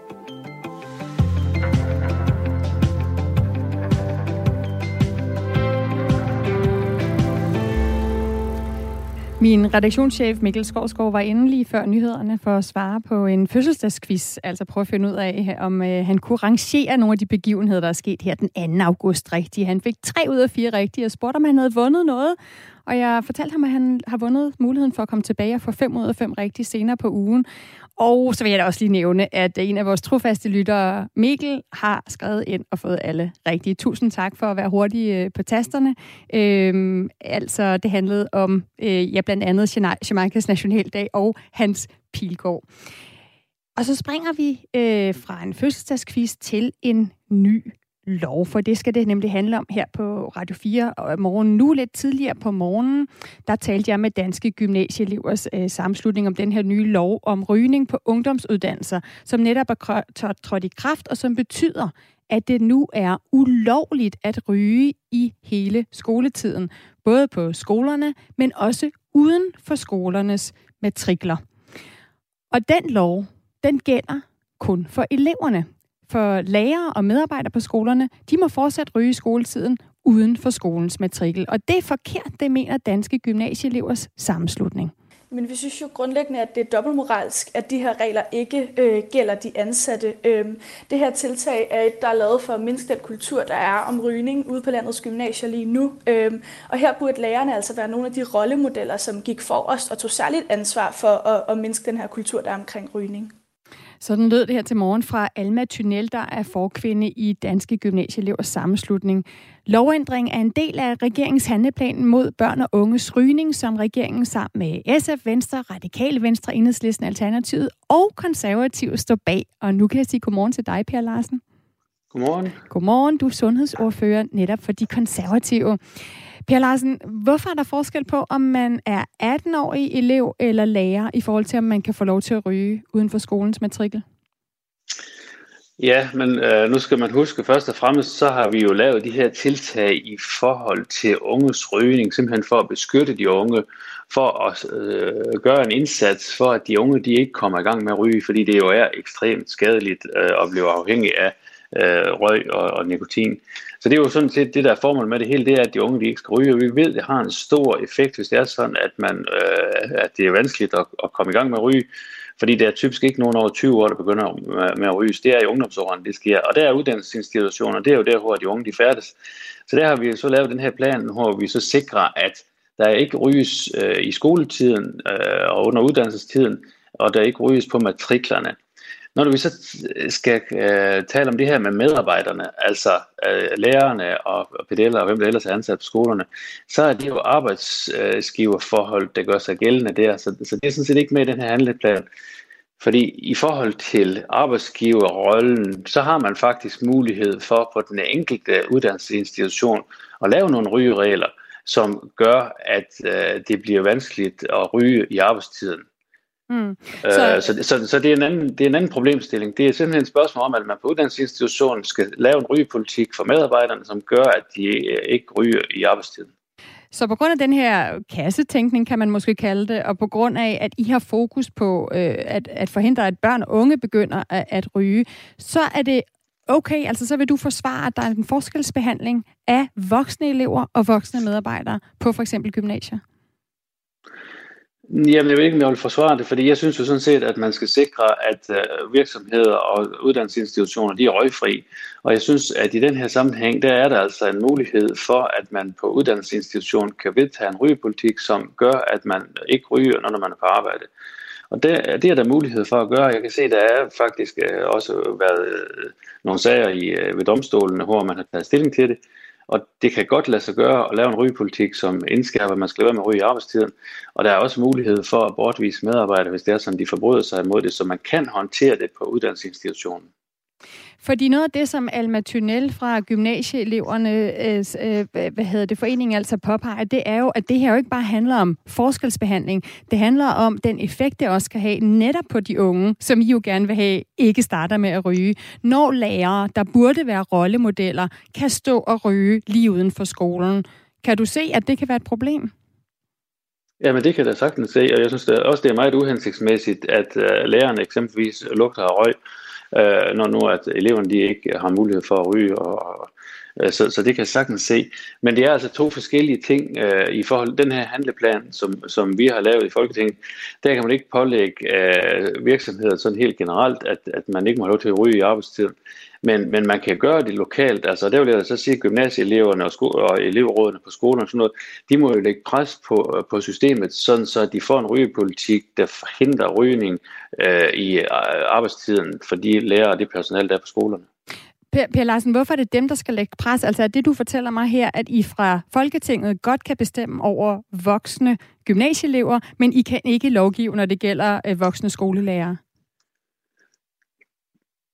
Min redaktionschef Mikkel Skovsgaard var inde lige før nyhederne for at svare på en fødselsdagsquiz. Altså prøve at finde ud af, om øh, han kunne rangere nogle af de begivenheder, der er sket her den anden august rigtigt. Han fik tre ud af fire rigtige og spurgte, om han havde vundet noget. Og jeg fortalte ham, at han har vundet muligheden for at komme tilbage og få fem ud af fem rigtige senere på ugen. Og så vil jeg da også lige nævne, at en af vores trofaste lyttere, Mikkel, har skrevet ind og fået alle rigtige. Tusind tak for at være hurtig på tasterne. Øhm, altså, det handlede om øh, ja, blandt andet Jamaikas nationaldag og Hans Pilgaard. Og så springer vi øh, fra en fødselsdagsquiz til en ny lov, for det skal det nemlig handle om her på Radio fire og morgen. Nu lidt tidligere på morgenen, der talte jeg med Danske Gymnasieelevers øh, sammenslutning om den her nye lov om rygning på ungdomsuddannelser, som netop er trådt i kraft, og som betyder, at det nu er ulovligt at ryge i hele skoletiden. Både på skolerne, men også uden for skolernes matrikler. Og den lov, den gælder kun for eleverne. For lærere og medarbejdere på skolerne, de må fortsat ryge i skoletiden uden for skolens matrikel. Og det er forkert, det mener Danske Gymnasieelevers sammenslutning. Men vi synes jo grundlæggende, at det er dobbeltmoralsk, at de her regler ikke øh, gælder de ansatte. Øhm, det her tiltag er et, der er lavet for at mindske den kultur, der er om rygning ude på landets gymnasier lige nu. Øhm, og her burde lærerne altså være nogle af de rollemodeller, som gik forrest og tog særligt ansvar for at, at mindske den her kultur, der er omkring rygning. Sådan lød det her til morgen fra Alma Thynel, der er forkvinde i Danske Gymnasieelevers sammenslutning. Lovændring er en del af regeringens handleplan mod børn og unges rygning, som regeringen sammen med S F, Venstre, Radikale Venstre, Enhedslisten, Alternativet og Konservative står bag. Og nu kan jeg sige godmorgen til dig, Per Larsen. Godmorgen. Godmorgen, du er sundhedsordfører netop for de konservative. Per Larsen, hvorfor er der forskel på, om man er atten-årig elev eller lærer, i forhold til, om man kan få lov til at ryge uden for skolens matrikel? Ja, men øh, nu skal man huske, først og fremmest, så har vi jo lavet de her tiltag i forhold til unges rygning, simpelthen for at beskytte de unge, for at øh, gøre en indsats for, at de unge de ikke kommer i gang med at ryge, fordi det jo er ekstremt skadeligt øh, at blive afhængig af øh, røg og, og nikotin. Så det er jo sådan set det, der er formålet med det hele, det er, at de unge de ikke skal ryge, og vi ved, at det har en stor effekt, hvis det er sådan, at, man, øh, at det er vanskeligt at, at komme i gang med at ryge, fordi det er typisk ikke nogen over tyve år, der begynder med, med at ryge. Det er i ungdomsårene, det sker, og der er uddannelsesinstitutioner, det er jo der, hvor de unge de færdes. Så der har vi så lavet den her plan, hvor vi så sikrer, at der ikke ryges øh, i skoletiden øh, og under uddannelsestiden, og der ikke ryges på matriklerne. Når vi så skal øh, tale om det her med medarbejderne, altså øh, lærerne og P D L'er og hvem der ellers er ansat på skolerne, så er det jo arbejdsgiverforhold, der gør sig gældende der. Så, så det er sådan set ikke med i den her handleplan. Fordi i forhold til arbejdsgiverrollen, så har man faktisk mulighed for på den enkelte uddannelsesinstitution at lave nogle rygeregler, som gør, at øh, det bliver vanskeligt at ryge i arbejdstiden. Mm. Så... Øh, så, så, så det, er en anden, det er en anden problemstilling. Det er simpelthen et spørgsmål om, at man på uddannelsesinstitutionen skal lave en rygepolitik for medarbejderne, som gør, at de ikke ryger i arbejdstiden. Så på grund af den her kassetænkning, kan man måske kalde det, og på grund af, at I har fokus på øh, at, at forhindre, at børn og unge begynder at, at ryge, så er det okay, altså så vil du forsvare, at der er en forskelsbehandling af voksne elever og voksne medarbejdere på for eksempel gymnasier? Jamen, jeg ved ikke, om jeg vil forsvare det, fordi jeg synes jo sådan set, at man skal sikre, at uh, virksomheder og uddannelsesinstitutioner, de er røgfri. Og jeg synes, at i den her sammenhæng, der er der altså en mulighed for, at man på uddannelsesinstitutionen kan vedtage en rygepolitik, som gør, at man ikke ryger, når man er på arbejde. Og det, det er der mulighed for at gøre. Jeg kan se, at der er faktisk uh, også været uh, nogle sager i, uh, ved domstolene, hvor man har taget stilling til det. Og det kan godt lade sig gøre at lave en rygepolitik, som indskærper, at man skal lade være med at ryge i arbejdstiden. Og der er også mulighed for at bortvise medarbejdere, hvis det er sådan, de forbryder sig imod det, så man kan håndtere det på uddannelsesinstitutionen. Fordi noget af det, som Alma Thynel fra gymnasieeleverne, øh, hvad hedder det, foreningen altså påpeger, det er jo, at det her jo ikke bare handler om forskelsbehandling. Det handler om den effekt, det også kan have netop på de unge, som I jo gerne vil have, ikke starter med at ryge. Når lærere, der burde være rollemodeller, kan stå og ryge lige uden for skolen. Kan du se, at det kan være et problem? Jamen det kan jeg sagtens se, og jeg synes det også, det er meget uhensigtsmæssigt, at uh, lærerne eksempelvis lugter af røg, Uh, når nu at eleverne de ikke har mulighed for at ryge, og, og, uh, så, så det kan jeg sagtens se. Men det er altså to forskellige ting uh, i forhold til den her handleplan, som, som vi har lavet i Folketinget. Der kan man ikke pålægge uh, virksomheder sådan helt generelt, at, at man ikke må have lov til at ryge i arbejdstiden. Men, men man kan gøre det lokalt. Altså der vil jeg så sige, at gymnasieeleverne og, sko- og elevrådene på skolerne og sådan noget, de må jo lægge pres på, på systemet, sådan så de får en rygepolitik, der forhindrer rygning øh, i arbejdstiden for de lærere og det personale, der er på skolerne. Per, per Larsen, hvorfor er det dem, der skal lægge pres? Altså er det, du fortæller mig her, at I fra Folketinget godt kan bestemme over voksne gymnasieelever, men I kan ikke lovgive, når det gælder øh, voksne skolelærere?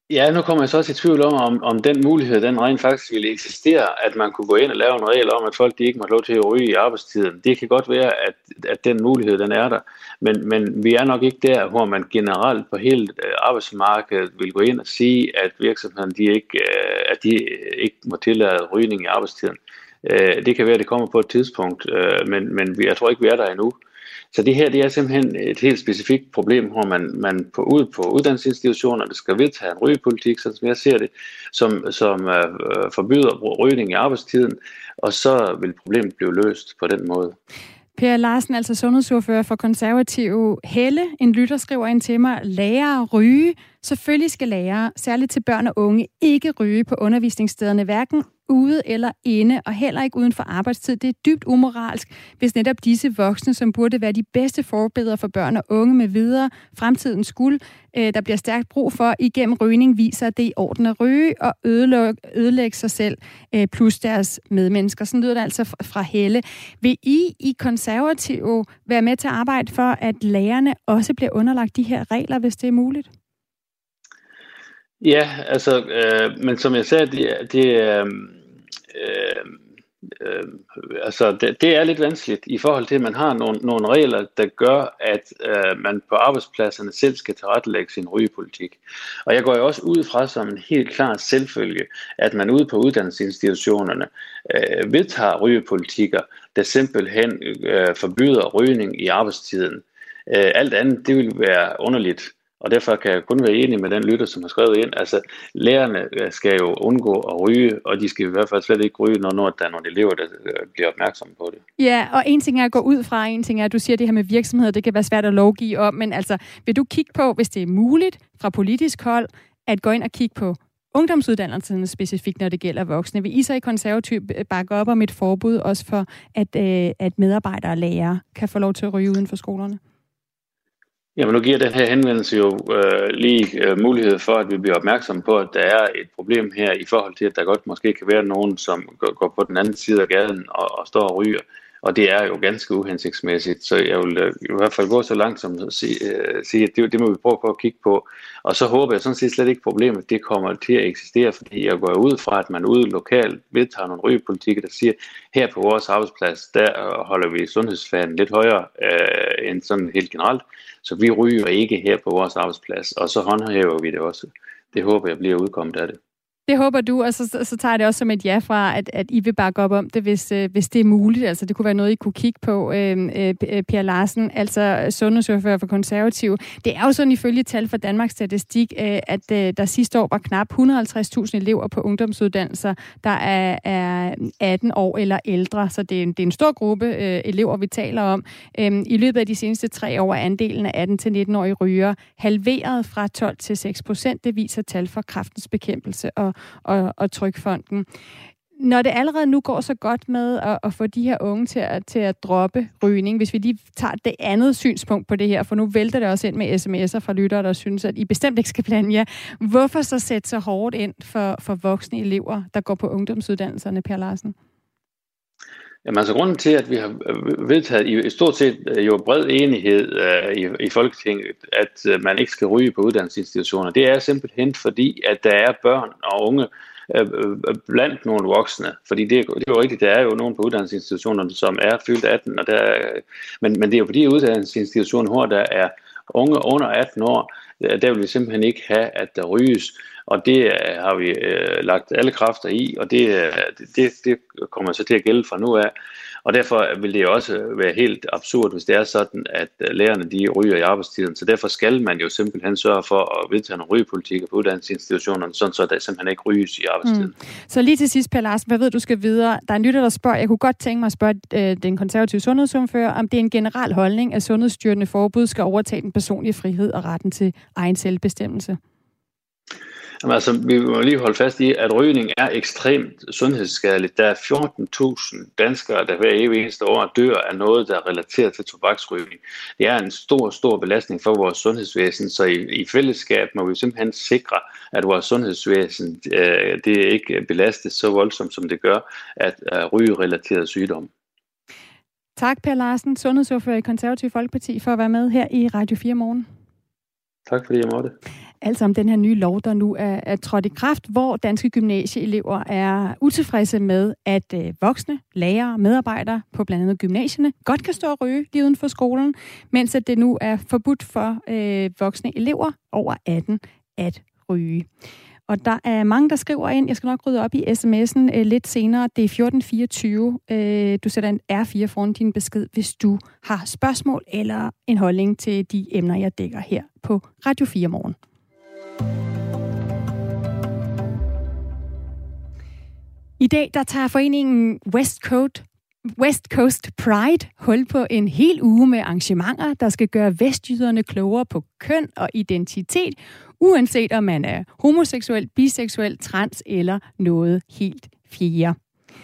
Ja, nu kommer jeg så også i tvivl om, om, om den mulighed, den rent faktisk ville eksistere, at man kunne gå ind og lave en regel om, at folk de ikke må lov til at ryge i arbejdstiden. Det kan godt være, at, at den mulighed, den er der, men, men vi er nok ikke der, hvor man generelt på hele arbejdsmarkedet vil gå ind og sige, at virksomhederne de ikke, at de ikke må tillade rygning i arbejdstiden. Det kan være, at det kommer på et tidspunkt, men, men jeg tror ikke, vi er der endnu. Så det her det er simpelthen et helt specifikt problem, hvor man, man på, ud på uddannelsesinstitutionerne skal vedtage en rygepolitik, sådan som jeg ser det, som, som øh, forbyder rygning i arbejdstiden, og så vil problemet blive løst på den måde. Per Larsen, altså sundhedsordfører for Konservative. Helle, en lytter, skriver ind til mig, lærere ryge. Selvfølgelig skal lærere, særligt til børn og unge, ikke ryge på undervisningsstederne, hverken ude eller inde, og heller ikke uden for arbejdstid. Det er dybt umoralsk, hvis netop disse voksne, som burde være de bedste forbilleder for børn og unge med videre fremtidens guld, øh, der bliver stærkt brug for igennem rygning, viser, at det er i orden at ryge og ødelægge, ødelægge sig selv øh, plus deres medmennesker. Sådan lyder det altså fra Helle. Vil I i Konservative være med til at arbejde for, at lærerne også bliver underlagt de her regler, hvis det er muligt? Ja, altså, øh, men som jeg sagde, det, det, øh, øh, altså, det, det er lidt vanskeligt i forhold til, at man har nogle, nogle regler, der gør, at øh, man på arbejdspladserne selv skal tilrettelægge sin rygepolitik. Og jeg går jo også ud fra som en helt klar selvfølge, at man ude på uddannelsesinstitutionerne øh, vedtager rygepolitikker, der simpelthen øh, forbyder rygning i arbejdstiden. Øh, alt andet, det vil være underligt. Og derfor kan jeg kun være enig med den lytter, som har skrevet ind. Altså, lærerne skal jo undgå at ryge, og de skal i hvert fald slet ikke ryge, når, når der er nogle elever, der bliver opmærksomme på det. Ja, og en ting er at gå ud fra, en ting er, at du siger det her med virksomheder, det kan være svært at lovgive om, men altså, vil du kigge på, hvis det er muligt fra politisk hold, at gå ind og kigge på ungdomsuddannelserne specifikt, når det gælder voksne? Vil I så i Konservativ bakke op om et forbud også for, at, øh, at medarbejdere og lærere kan få lov til at ryge uden for skolerne? Jamen nu giver den her henvendelse jo øh, lige øh, mulighed for, at vi bliver opmærksomme på, at der er et problem her i forhold til, at der godt måske kan være nogen, som går på den anden side af gaden og, og står og ryger. Og det er jo ganske uhensigtsmæssigt, så jeg vil øh, i hvert fald gå så langt som at sige, øh, sige at det, det må vi prøve på at kigge på. Og så håber jeg sådan set slet ikke problemet, det kommer til at eksistere, fordi jeg går ud fra, at man ude lokalt vedtager nogle rygepolitikker, der siger, her på vores arbejdsplads, der holder vi sundhedsfanen lidt højere øh, end sådan helt generelt, så vi ryger ikke her på vores arbejdsplads, og så håndhæver vi det også. Det håber jeg bliver udkommet af det. Det håber du, og så, så tager jeg det også som et ja fra, at, at I vil bakke op om det, hvis, øh, hvis det er muligt. Altså, det kunne være noget, I kunne kigge på, øh, øh, Per Larsen, altså sundhedsordfører for Konservative. Det er jo sådan ifølge tal fra Danmarks Statistik, øh, at øh, der sidste år var knap et hundrede og halvtreds tusind elever på ungdomsuddannelser, der er, er atten år eller ældre. Så det er en, det er en stor gruppe øh, elever, vi taler om. Øh, I løbet af de seneste tre år er andelen af atten til nitten-årige rygere halveret fra tolv til seks procent. Det viser tal fra Kræftens Bekæmpelse og Og, og Trygfonden. Når det allerede nu går så godt med at, at få de her unge til at, til at droppe rygning, hvis vi lige tager det andet synspunkt på det her, for nu vælter det også ind med sms'er fra lyttere, der synes, at I bestemt ikke skal blande jer. Hvorfor så sætte så hårdt ind for, for voksne elever, der går på ungdomsuddannelserne, Per Larsen? Jamen altså grunden til, at vi har vedtaget i stort set jo bred enighed uh, i, i Folketinget, at uh, man ikke skal ryge på uddannelsesinstitutioner, det er simpelthen fordi, at der er børn og unge uh, blandt nogle voksne. Fordi det, det er jo rigtigt, der er jo nogen på uddannelsesinstitutionerne, som er fyldt atten, og der er, men, men det er jo fordi uddannelsesinstitutioner, hvor der er unge under atten år, der vil vi simpelthen ikke have, at der ryges. Og det uh, har vi uh, lagt alle kræfter i, og det, uh, det, det kommer så til at gælde fra nu af. Og derfor vil det også være helt absurd, hvis det er sådan, at uh, lærerne de ryger i arbejdstiden. Så derfor skal man jo simpelthen sørge for at vedtage nogle rygepolitikker på uddannelsesinstitutionerne, sådan så der simpelthen ikke ryges i arbejdstiden. Mm. Så lige til sidst, Per Larsen, hvad ved du skal videre? Der er en lytter, der spørger, jeg kunne godt tænke mig at spørge øh, den konservative sundhedsordfører, om det er en generel holdning, at sundhedsstyrende forbud skal overtage den personlige frihed og retten til egen selvbestemmelse. Jamen, altså, vi må lige holde fast i, at rygning er ekstremt sundhedsskadeligt. Der er fjorten tusind danskere, der hver evig eneste år dør af noget, der er relateret til tobaksrygning. Det er en stor, stor belastning for vores sundhedsvæsen, så i, i fællesskab må vi simpelthen sikre, at vores sundhedsvæsen øh, det ikke belastes så voldsomt, som det gør, at uh, rygerelaterede sygdomme. Tak, Per Larsen, sundhedsordfører i Konservative Folkeparti, for at være med her i Radio fire Morgen. Tak fordi jeg måtte. Altså om den her nye lov, der nu er, er trådt i kraft, hvor danske gymnasieelever er utilfredse med, at øh, voksne, lærere og medarbejdere på blandt andet gymnasierne godt kan stå og ryge lige uden for skolen, mens at det nu er forbudt for øh, voksne elever over atten at ryge. Og der er mange, der skriver ind. Jeg skal nok rydde op i sms'en øh, lidt senere. Det er fjorten fireogtyve. Øh, du sætter en R fire foran din besked, hvis du har spørgsmål eller en holdning til de emner, jeg dækker her på Radio fire Morgen. I dag der tager foreningen West Coast West Coast Pride hul på en hel uge med arrangementer, der skal gøre vestjyderne klogere på køn og identitet, uanset om man er homoseksuel, biseksuel, trans eller noget helt fjerde.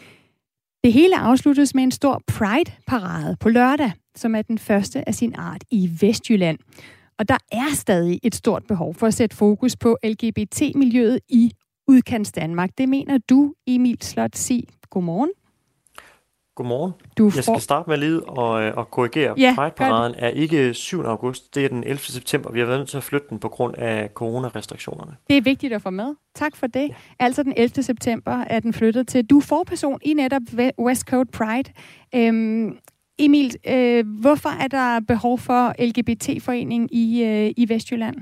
Det hele afsluttes med en stor Pride-parade på lørdag, som er den første af sin art i Vestjylland. Og der er stadig et stort behov for at sætte fokus på L G B T-miljøet i Udkantsdanmark. Det mener du, Emil Slot Sig. Godmorgen. Godmorgen. Du får... Jeg skal starte med lige at, at korrigere. Ja, Pride-paraden er ikke syvende august, det er den ellevte september. Vi har været nødt til at flytte den på grund af coronarestriktionerne. Det er vigtigt at få med. Tak for det. Ja. Altså den ellevte september er den flyttet til. Du er forperson i netop West Coast Pride. Øhm, Emil, øh, hvorfor er der behov for L G B T-forening i, øh, i Vestjylland?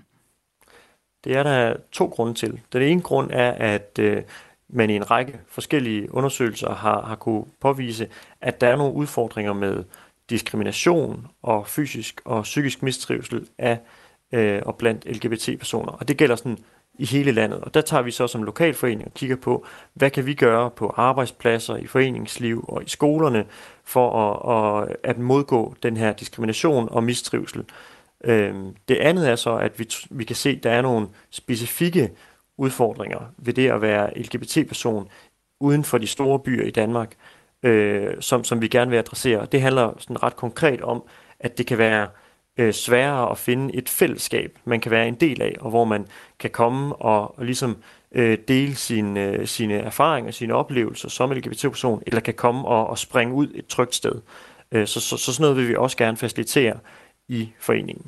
Det er der to grunde til. Den ene grund er, at øh, man i en række forskellige undersøgelser har, har kunne påvise, at der er nogle udfordringer med diskrimination og fysisk og psykisk mistrivsel af øh, og blandt L G B T-personer. Og det gælder sådan i hele landet. Og der tager vi så som lokalforening og kigger på, hvad kan vi gøre på arbejdspladser, i foreningsliv og i skolerne for at, at, at modgå den her diskrimination og mistrivsel. Øh, det andet er så, at vi, vi kan se, at der er nogle specifikke udfordringer ved det at være L G B T-person uden for de store byer i Danmark, øh, som, som vi gerne vil adressere. Det handler sådan ret konkret om, at det kan være øh, sværere at finde et fællesskab, man kan være en del af, og hvor man kan komme og, og ligesom øh, dele sine, øh, sine erfaringer, sine oplevelser som L G B T-person, eller kan komme og, og springe ud et trygt sted. Øh, så, så, så sådan noget vil vi også gerne facilitere i foreningen.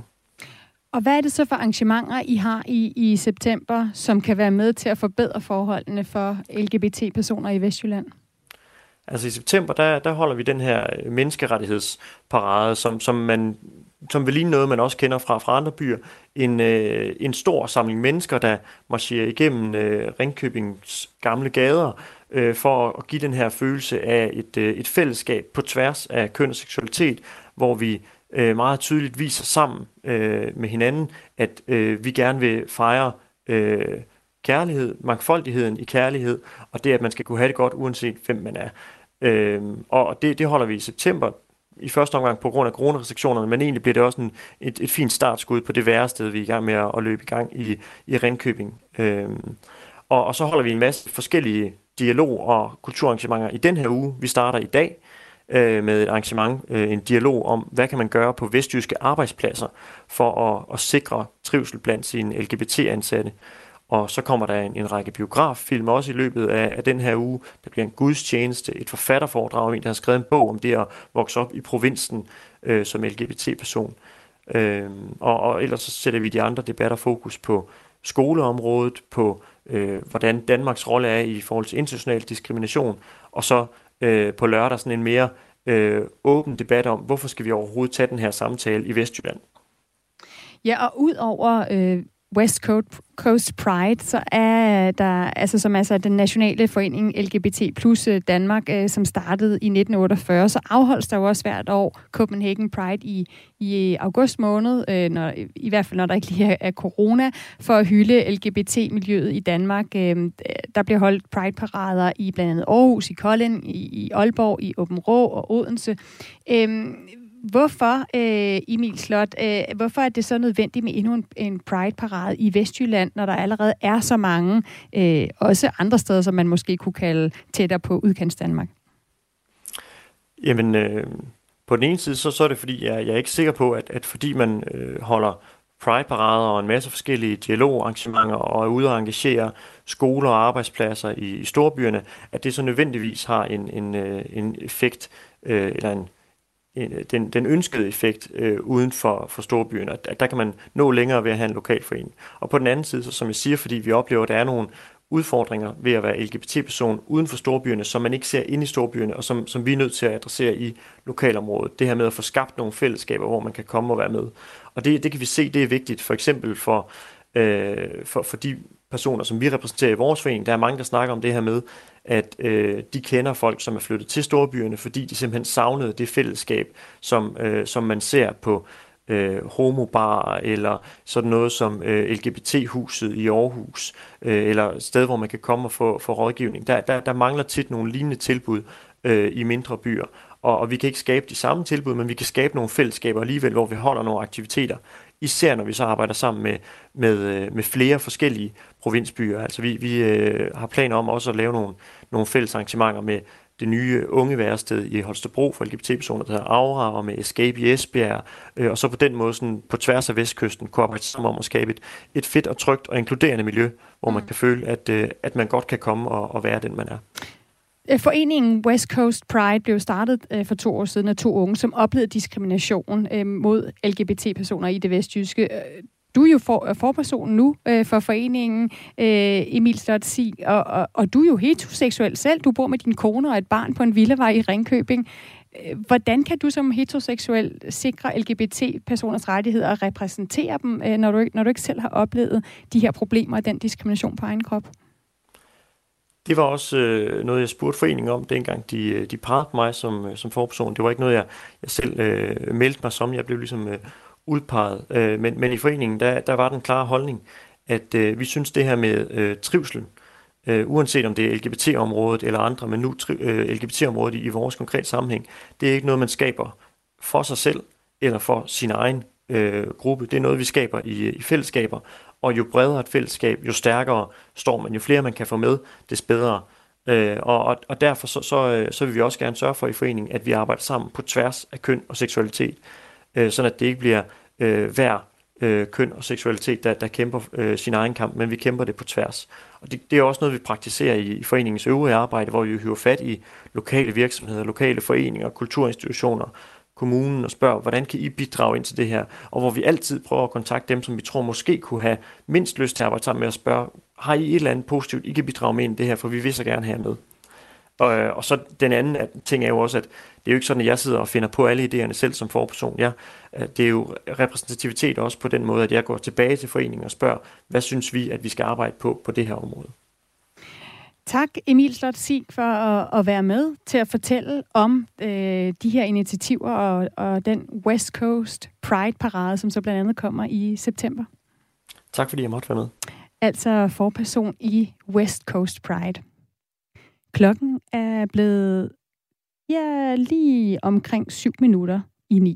Og hvad er det så for arrangementer, I har i, i september, som kan være med til at forbedre forholdene for L G B T-personer i Vestjylland? Altså i september, der, der holder vi den her menneskerettighedsparade, som, som, man, som vil ligne noget, man også kender fra, fra andre byer. En, øh, en stor samling mennesker, der marcherer igennem øh, Ringkøbings gamle gader, øh, for at give den her følelse af et, øh, et fællesskab på tværs af køn og seksualitet, hvor vi meget tydeligt viser sammen øh, med hinanden, at øh, vi gerne vil fejre øh, kærlighed, mangfoldigheden i kærlighed, og det, at man skal kunne have det godt, uanset hvem man er. Øh, og det, det holder vi i september, i første omgang på grund af coronarestriktionerne, men egentlig bliver det også en, et, et fint startskud på det værested, vi er i gang med at, at løbe i gang i, i Ringkøbing. Øh, og, og så holder vi en masse forskellige dialog- og kulturarrangementer i den her uge. Vi starter i dag, med et arrangement, en dialog om, hvad kan man gøre på vestjyske arbejdspladser for at, at sikre trivsel blandt sine L G B T-ansatte. Og så kommer der en, en række biograffilm også i løbet af, af den her uge. Der bliver en gudstjeneste, et forfatterforedrag om en, der har skrevet en bog om det at vokse op i provinsen øh, som L G B T-person. Øh, og, og ellers så sætter vi de andre debatter fokus på skoleområdet, på øh, hvordan Danmarks rolle er i forhold til international diskrimination, og så øh, på lørdag sådan en mere øh, åben debat om, hvorfor skal vi overhovedet tage den her samtale i Vestjylland. Ja, og ud over øh, West Coast Pride, så er der, altså som altså den nationale forening L G B T plus Danmark, øh, som startede i nitten otteogfyrre, så afholdes der jo også hvert år Copenhagen Pride i, i august måned, øh, når, i hvert fald når der ikke lige er, er corona, for at hylde L G B T-miljøet i Danmark. Øh, der bliver holdt Pride-parader i blandt andet Aarhus, i Kolding, i, i Aalborg, i Aabenraa og Odense. Øh, Hvorfor, øh, Emil Slot, øh, hvorfor er det så nødvendigt med endnu en, en Pride-parade i Vestjylland, når der allerede er så mange, øh, også andre steder, som man måske kunne kalde tættere på Udkantsdanmark? Jamen, øh, på den ene side, så, så er det fordi, jeg, jeg er ikke sikker på, at, at fordi man øh, holder Pride-parader og en masse forskellige dialogarrangementer og er ude og engagere skoler og arbejdspladser i, i storbyerne, at det så nødvendigvis har en, en, en effekt øh, eller en den, den ønskede effekt øh, uden for, for storbyerne. At der kan man nå længere ved at have en lokalforening. Og på den anden side, så som jeg siger, fordi vi oplever, at der er nogle udfordringer ved at være L G B T-person uden for storbyerne, som man ikke ser inde i storbyerne, og som, som vi er nødt til at adressere i lokalområdet. Det her med at få skabt nogle fællesskaber, hvor man kan komme og være med. Og det, det kan vi se, det er vigtigt. For eksempel for, øh, for, for de personer, som vi repræsenterer i vores forening. Der er mange, der snakker om det her med, at øh, de kender folk, som er flyttet til storbyerne, fordi de simpelthen savnede det fællesskab, som, øh, som man ser på øh, homobar eller sådan noget som øh, L G B T-huset i Aarhus, øh, eller et sted, hvor man kan komme og få, få rådgivning. Der, der, der mangler tit nogle lignende tilbud øh, i mindre byer, og, og vi kan ikke skabe de samme tilbud, men vi kan skabe nogle fællesskaber alligevel, hvor vi holder nogle aktiviteter, især når vi så arbejder sammen med, med, med flere forskellige provinsbyer. Altså vi, vi øh, har planer om også at lave nogle, nogle fælles arrangementer med det nye unge værested i Holstebro for L G B T-personer, der hedder Aura, og med Escape i Esbjerg, øh, og så på den måde sådan, på tværs af Vestkysten kunne arbejde sammen om at skabe et, et fedt og trygt og inkluderende miljø, hvor man kan føle, at, øh, at man godt kan komme og, og være den, man er. Foreningen West Coast Pride blev startet øh, for to år siden af to unge, som oplevede diskrimination øh, mod L G B T-personer i det vestjyske. Du er jo for, forperson nu øh, for foreningen, øh, Emil Slot Sig, og, og, og du er jo heteroseksuel selv. Du bor med din kone og et barn på en villavej i Ringkøbing. Hvordan kan du som heteroseksuel sikre L G B T-personers rettigheder og repræsentere dem, øh, når, du, når du ikke selv har oplevet de her problemer og den diskrimination på egen krop? Det var også øh, noget, jeg spurgte foreningen om, dengang de, de pegede på mig som, som forperson. Det var ikke noget, jeg, jeg selv øh, meldte mig som. Jeg blev ligesom øh, udpeget. Øh, men, men i foreningen, der, der var den klare holdning, at øh, vi synes det her med øh, trivsel, øh, uanset om det er L G B T-området eller andre, men nu tri- øh, L G B T-området i, i vores konkrete sammenhæng, det er ikke noget, man skaber for sig selv eller for sin egen øh, gruppe. Det er noget, vi skaber i, i fællesskaber. Og jo bredere et fællesskab, jo stærkere står man. Jo flere man kan få med, des bedre. Øh, og, og derfor så, så, så vil vi også gerne sørge for i foreningen, at vi arbejder sammen på tværs af køn og seksualitet. Øh, sådan at det ikke bliver øh, hver øh, køn og seksualitet, der, der kæmper øh, sin egen kamp, men vi kæmper det på tværs. Og det, det er også noget, vi praktiserer i, i foreningens øvrige arbejde, hvor vi hiver fat i lokale virksomheder, lokale foreninger, kulturinstitutioner, kommunen og spørger, hvordan kan I bidrage ind til det her? Og hvor vi altid prøver at kontakte dem, som vi tror måske kunne have mindst lyst til at arbejde sammen med, og spørge, har I et eller andet positivt, I kan bidrage med ind i det her, for vi vil så gerne have med. Og, og så den anden ting er jo også, at det er jo ikke sådan, at jeg sidder og finder på alle idéerne selv som forperson. Ja, det er jo repræsentativitet også på den måde, at jeg går tilbage til foreningen og spørger, hvad synes vi, at vi skal arbejde på på det her område? Tak, Emil Slot Sig, for at, at være med til at fortælle om øh, de her initiativer og, og den West Coast Pride-parade, som så blandt andet kommer i september. Tak, fordi jeg måtte være med. Altså forperson i West Coast Pride. Klokken er blevet ja, lige omkring syv minutter i ni.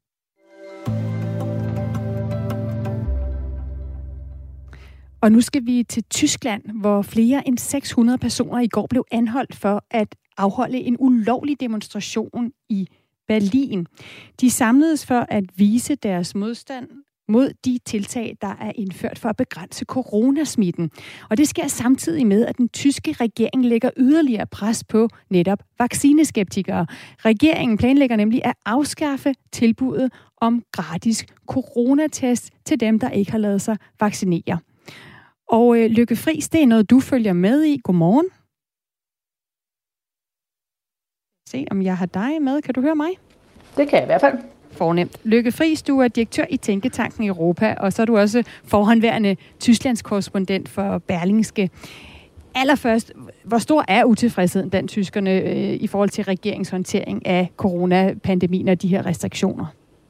Og nu skal vi til Tyskland, hvor flere end seks hundrede personer i går blev anholdt for at afholde en ulovlig demonstration i Berlin. De samledes for at vise deres modstand mod de tiltag, der er indført for at begrænse coronasmitten. Og det sker samtidig med, at den tyske regering lægger yderligere pres på netop vaccineskeptikere. Regeringen planlægger nemlig at afskaffe tilbuddet om gratis coronatest til dem, der ikke har ladet sig vaccinere. Og øh, Lykke Friis, det er noget, du følger med i. Godmorgen. Se, om jeg har dig med. Kan du høre mig? Det kan jeg i hvert fald. Fornemt. Lykke Friis, du er direktør i Tænketanken Europa, og så er du også forhåndværende Tysklands korrespondent for Berlingske. Allerførst, hvor stor er utilfredsheden blandt tyskerne øh, i forhold til regeringshåndtering af coronapandemien og de her restriktioner?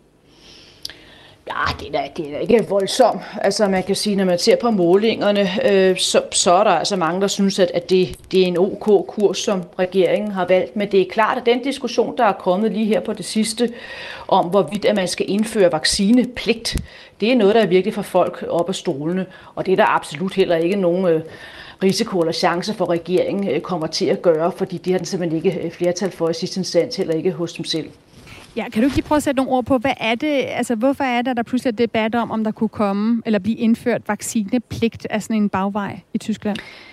Ja, det er, det er ikke voldsomt. Altså man kan sige, når man ser på målingerne, øh, så, så er der altså mange, der synes, at, at det, det er en ok kurs, som regeringen har valgt. Men det er klart, at den diskussion, der er kommet lige her på det sidste, om hvorvidt at man skal indføre vaccinepligt, det er noget, der er virkelig for folk op af stolene. Og det er der absolut heller ikke nogen øh, risiko eller chance for, at regeringen øh, kommer til at gøre, fordi det har den simpelthen ikke flertal for i sidste instans, heller ikke hos dem selv. Ja, kan du ikke lige prøve at sætte nogle ord på, hvad er det, altså hvorfor er det, der pludselig er debat om, om der kunne komme eller blive indført vaccinepligt af sådan en bagvej i Tyskland?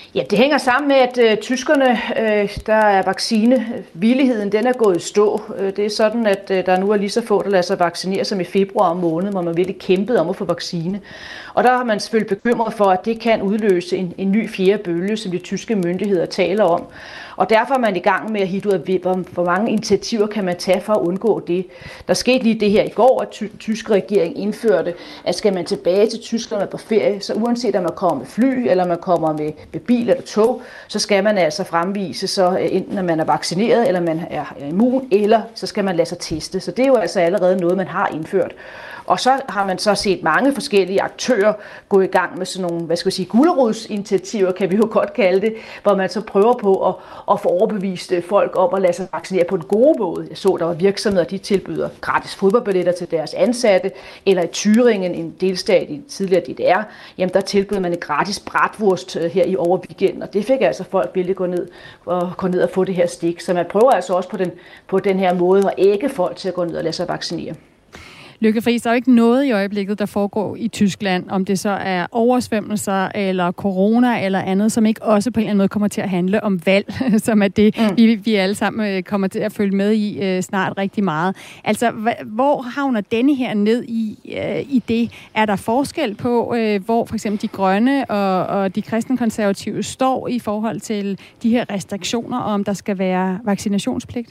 Ja, det hænger sammen med, at øh, tyskerne, øh, der er vaccinevilligheden, den er gået i stå. Det er sådan, at øh, der nu er lige så få, der lader sig vaccinere som i februar måned, hvor man virkelig kæmpede om at få vaccine. Og der har man selvfølgelig bekymret for, at det kan udløse en, en ny fjerde bølge, som de tyske myndigheder taler om. Og derfor er man i gang med at hitte ud af, hvor, hvor mange initiativer kan man tage for at undgå det. Der skete lige det her i går, at ty- tyske regering indførte, at skal man tilbage til Tyskland på ferie, så uanset om man kommer med fly, eller man kommer med, med bil eller tog, så skal man altså fremvise, så enten at man er vaccineret, eller man er immun, eller så skal man lade sig teste. Så det er jo altså allerede noget, man har indført. Og så har man så set mange forskellige aktører gå i gang med sådan nogle, hvad skal jeg sige, gulerodsinitiativer, kan vi jo godt kalde det, hvor man så prøver på at, at få overbevist folk om at lade sig vaccinere på den gode måde. Jeg så, der var virksomheder, de tilbyder gratis fodboldbilletter til deres ansatte, eller i Thüringen, en delstat i tidligere D D R, jamen der tilbyder man en gratis bratwurst her i over weekenden, og det fik altså folk virkelig gå ned og gå ned og få det her stik. Så man prøver altså også på den, på den her måde at ægge folk til at gå ned og lade sig vaccinere. Lykke Friis, der er jo ikke noget i øjeblikket, der foregår i Tyskland, om det så er oversvømmelser eller corona eller andet, som ikke også på en eller anden måde kommer til at handle om valg, som er det, mm. vi, vi alle sammen kommer til at følge med i øh, snart rigtig meget. Altså, hvor havner denne her ned i, øh, i det? Er der forskel på, øh, hvor for eksempel de grønne og, og de kristenkonservative står i forhold til de her restriktioner, om der skal være vaccinationspligt?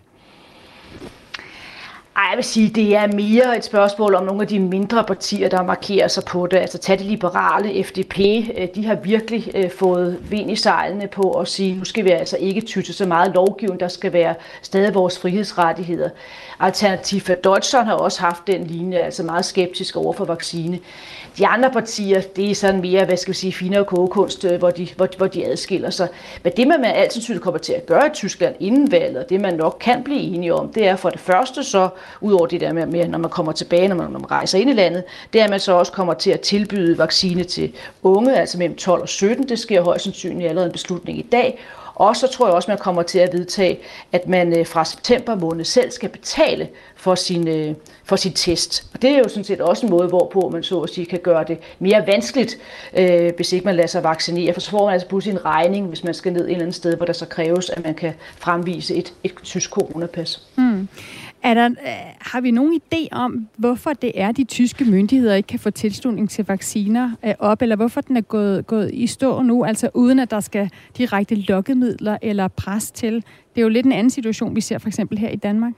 Ej, jeg vil sige, det er mere et spørgsmål om nogle af de mindre partier, der markerer sig på det. Altså tag de liberale, F D P, de har virkelig øh, fået vind i sejlene på at sige, nu skal vi altså ikke ty til så meget lovgivning, der skal være stadig vores frihedsrettigheder. Alternativ for Deutschland har også haft den linje, altså meget skeptisk over for vaccine. De andre partier, det er sådan mere, hvad skal vi sige, finere kogekunst, hvor de, hvor, hvor de adskiller sig. Men det, man altid synes kommer til at gøre i Tyskland inden valget, og det man nok kan blive enige om, det er for det første så, udover det der med, med når man kommer tilbage, når man, når man rejser ind i landet, det er, at man så også kommer til at tilbyde vaccine til unge, altså mellem tolv og sytten. Det sker højst sandsynligt allerede en beslutning i dag. Og så tror jeg også, man kommer til at vedtage, at man fra september måned selv skal betale for sin, for sin test. Og det er jo sådan set også en måde, hvorpå man så at sige kan gøre det mere vanskeligt, øh, hvis ikke man lader sig vaccinere. For så får man altså pludselig en regning, hvis man skal ned et eller andet sted, hvor der så kræves, at man kan fremvise et, et tysk coronapas. Mm. Er der, har vi nogen idé om, hvorfor det er, de tyske myndigheder ikke kan få tilslutning til vacciner op, eller hvorfor den er gået, gået i stå nu, altså uden at der skal direkte lokkemidler eller pres til? Det er jo lidt en anden situation, vi ser for eksempel her i Danmark.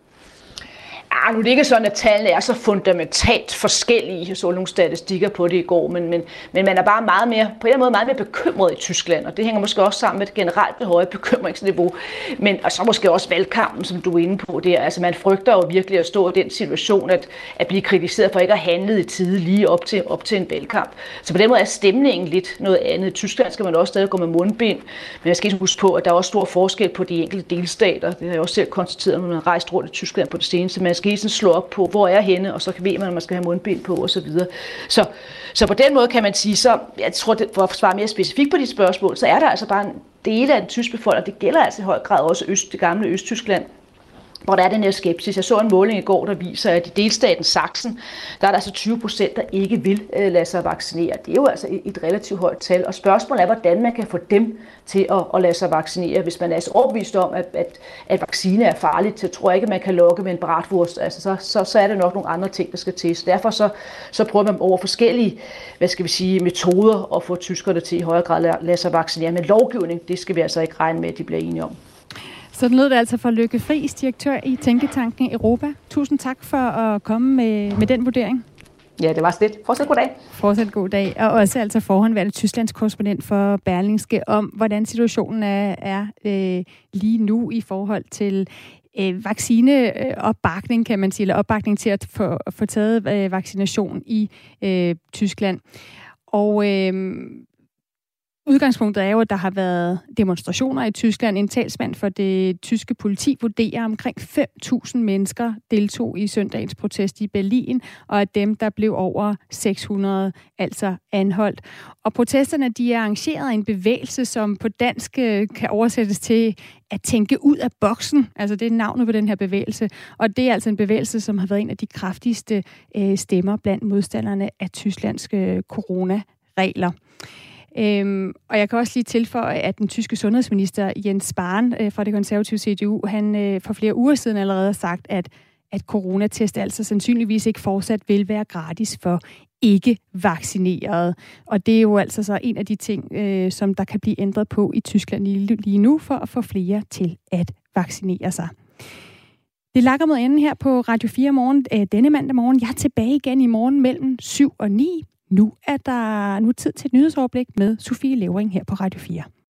Ah, nu er det ikke sådan, at tallene er så fundamentalt forskellige. Jeg så nogle statistikker på det i går, men, men, men man er bare meget mere, på en eller anden måde meget mere bekymret i Tyskland, og det hænger måske også sammen med et generelt høje bekymringsniveau. Men, og så måske også valgkampen, som du er inde på der. Altså man frygter jo virkelig at stå i den situation, at, at blive kritiseret for ikke at have handlet i tide lige op til, op til en valgkamp. Så på den måde er stemningen lidt noget andet. I Tyskland skal man også stadig gå med mundbind, men jeg skal ikke huske på, at der er også stor forskel på de enkelte delstater. Det har jeg også selv konstateret, når man har rejst rundt i Tyskland på det seneste. Man skal sådan slå op på, hvor er henne, og så ved man, at man skal have mundbind på, og så videre. Så, så på den måde kan man sige, så jeg tror, det, for at svare mere specifikt på de spørgsmål, så er der altså bare en del af den tyske befolkning, det gælder altså i høj grad også Øst, det gamle Østtyskland, hvor der er den her skepsis. Jeg så en måling i går, der viser, at i delstaten Sachsen, der er der altså tyve procent, der ikke vil øh, lade sig vaccinere. Det er jo altså et, et relativt højt tal, og spørgsmålet er, hvordan man kan få dem til at, at lade sig vaccinere. Hvis man er altså overbevist om, at, at, at vaccine er farligt, så tror jeg ikke, at man kan lokke med en bratwurst. Altså, så, så, så er det nok nogle andre ting, der skal til. Så derfor så, så prøver man over forskellige, hvad skal vi sige, metoder at få tyskerne til i højere grad at lade, lade sig vaccinere. Men lovgivning, det skal vi altså ikke regne med, at de bliver enige om. Så lød det altså fra Lykke Friis, direktør i Tænketanken Europa. Tusind tak for at komme med, med den vurdering. Ja, det var så lidt. Fortsæt god dag. Fortsæt god dag. Og også altså forhåndværende Tysklands korrespondent for Berlingske om, hvordan situationen er, er øh, lige nu i forhold til øh, vaccineopbakning, kan man sige, eller opbakning til at få, få taget øh, vaccination i øh, Tyskland. Og øh, udgangspunktet er jo, at der har været demonstrationer i Tyskland. En talsmand for det tyske politi vurderer, omkring fem tusind mennesker deltog i søndagens protest i Berlin, og at dem, der blev over seks hundrede, altså anholdt. Og protesterne, de er arrangeret af en bevægelse, som på dansk kan oversættes til at tænke ud af boksen. Altså det er navnet på den her bevægelse. Og det er altså en bevægelse, som har været en af de kraftigste øh, stemmer blandt modstanderne af tysklandske coronaregler. Øhm, og jeg kan også lige tilføje, at den tyske sundhedsminister Jens Spahn øh, fra det konservative C D U, han øh, for flere uger siden allerede har sagt, at, at coronatest altså sandsynligvis ikke fortsat vil være gratis for ikke vaccinerede. Og det er jo altså så en af de ting, øh, som der kan blive ændret på i Tyskland lige, lige nu, for at få flere til at vaccinere sig. Det lakker mod enden her på Radio fire morgen øh, denne mandag morgen. Jeg er tilbage igen i morgen mellem syv og ni. Nu er der nu tid til et nyhedsoverblik med Sofie Levering her på Radio fire.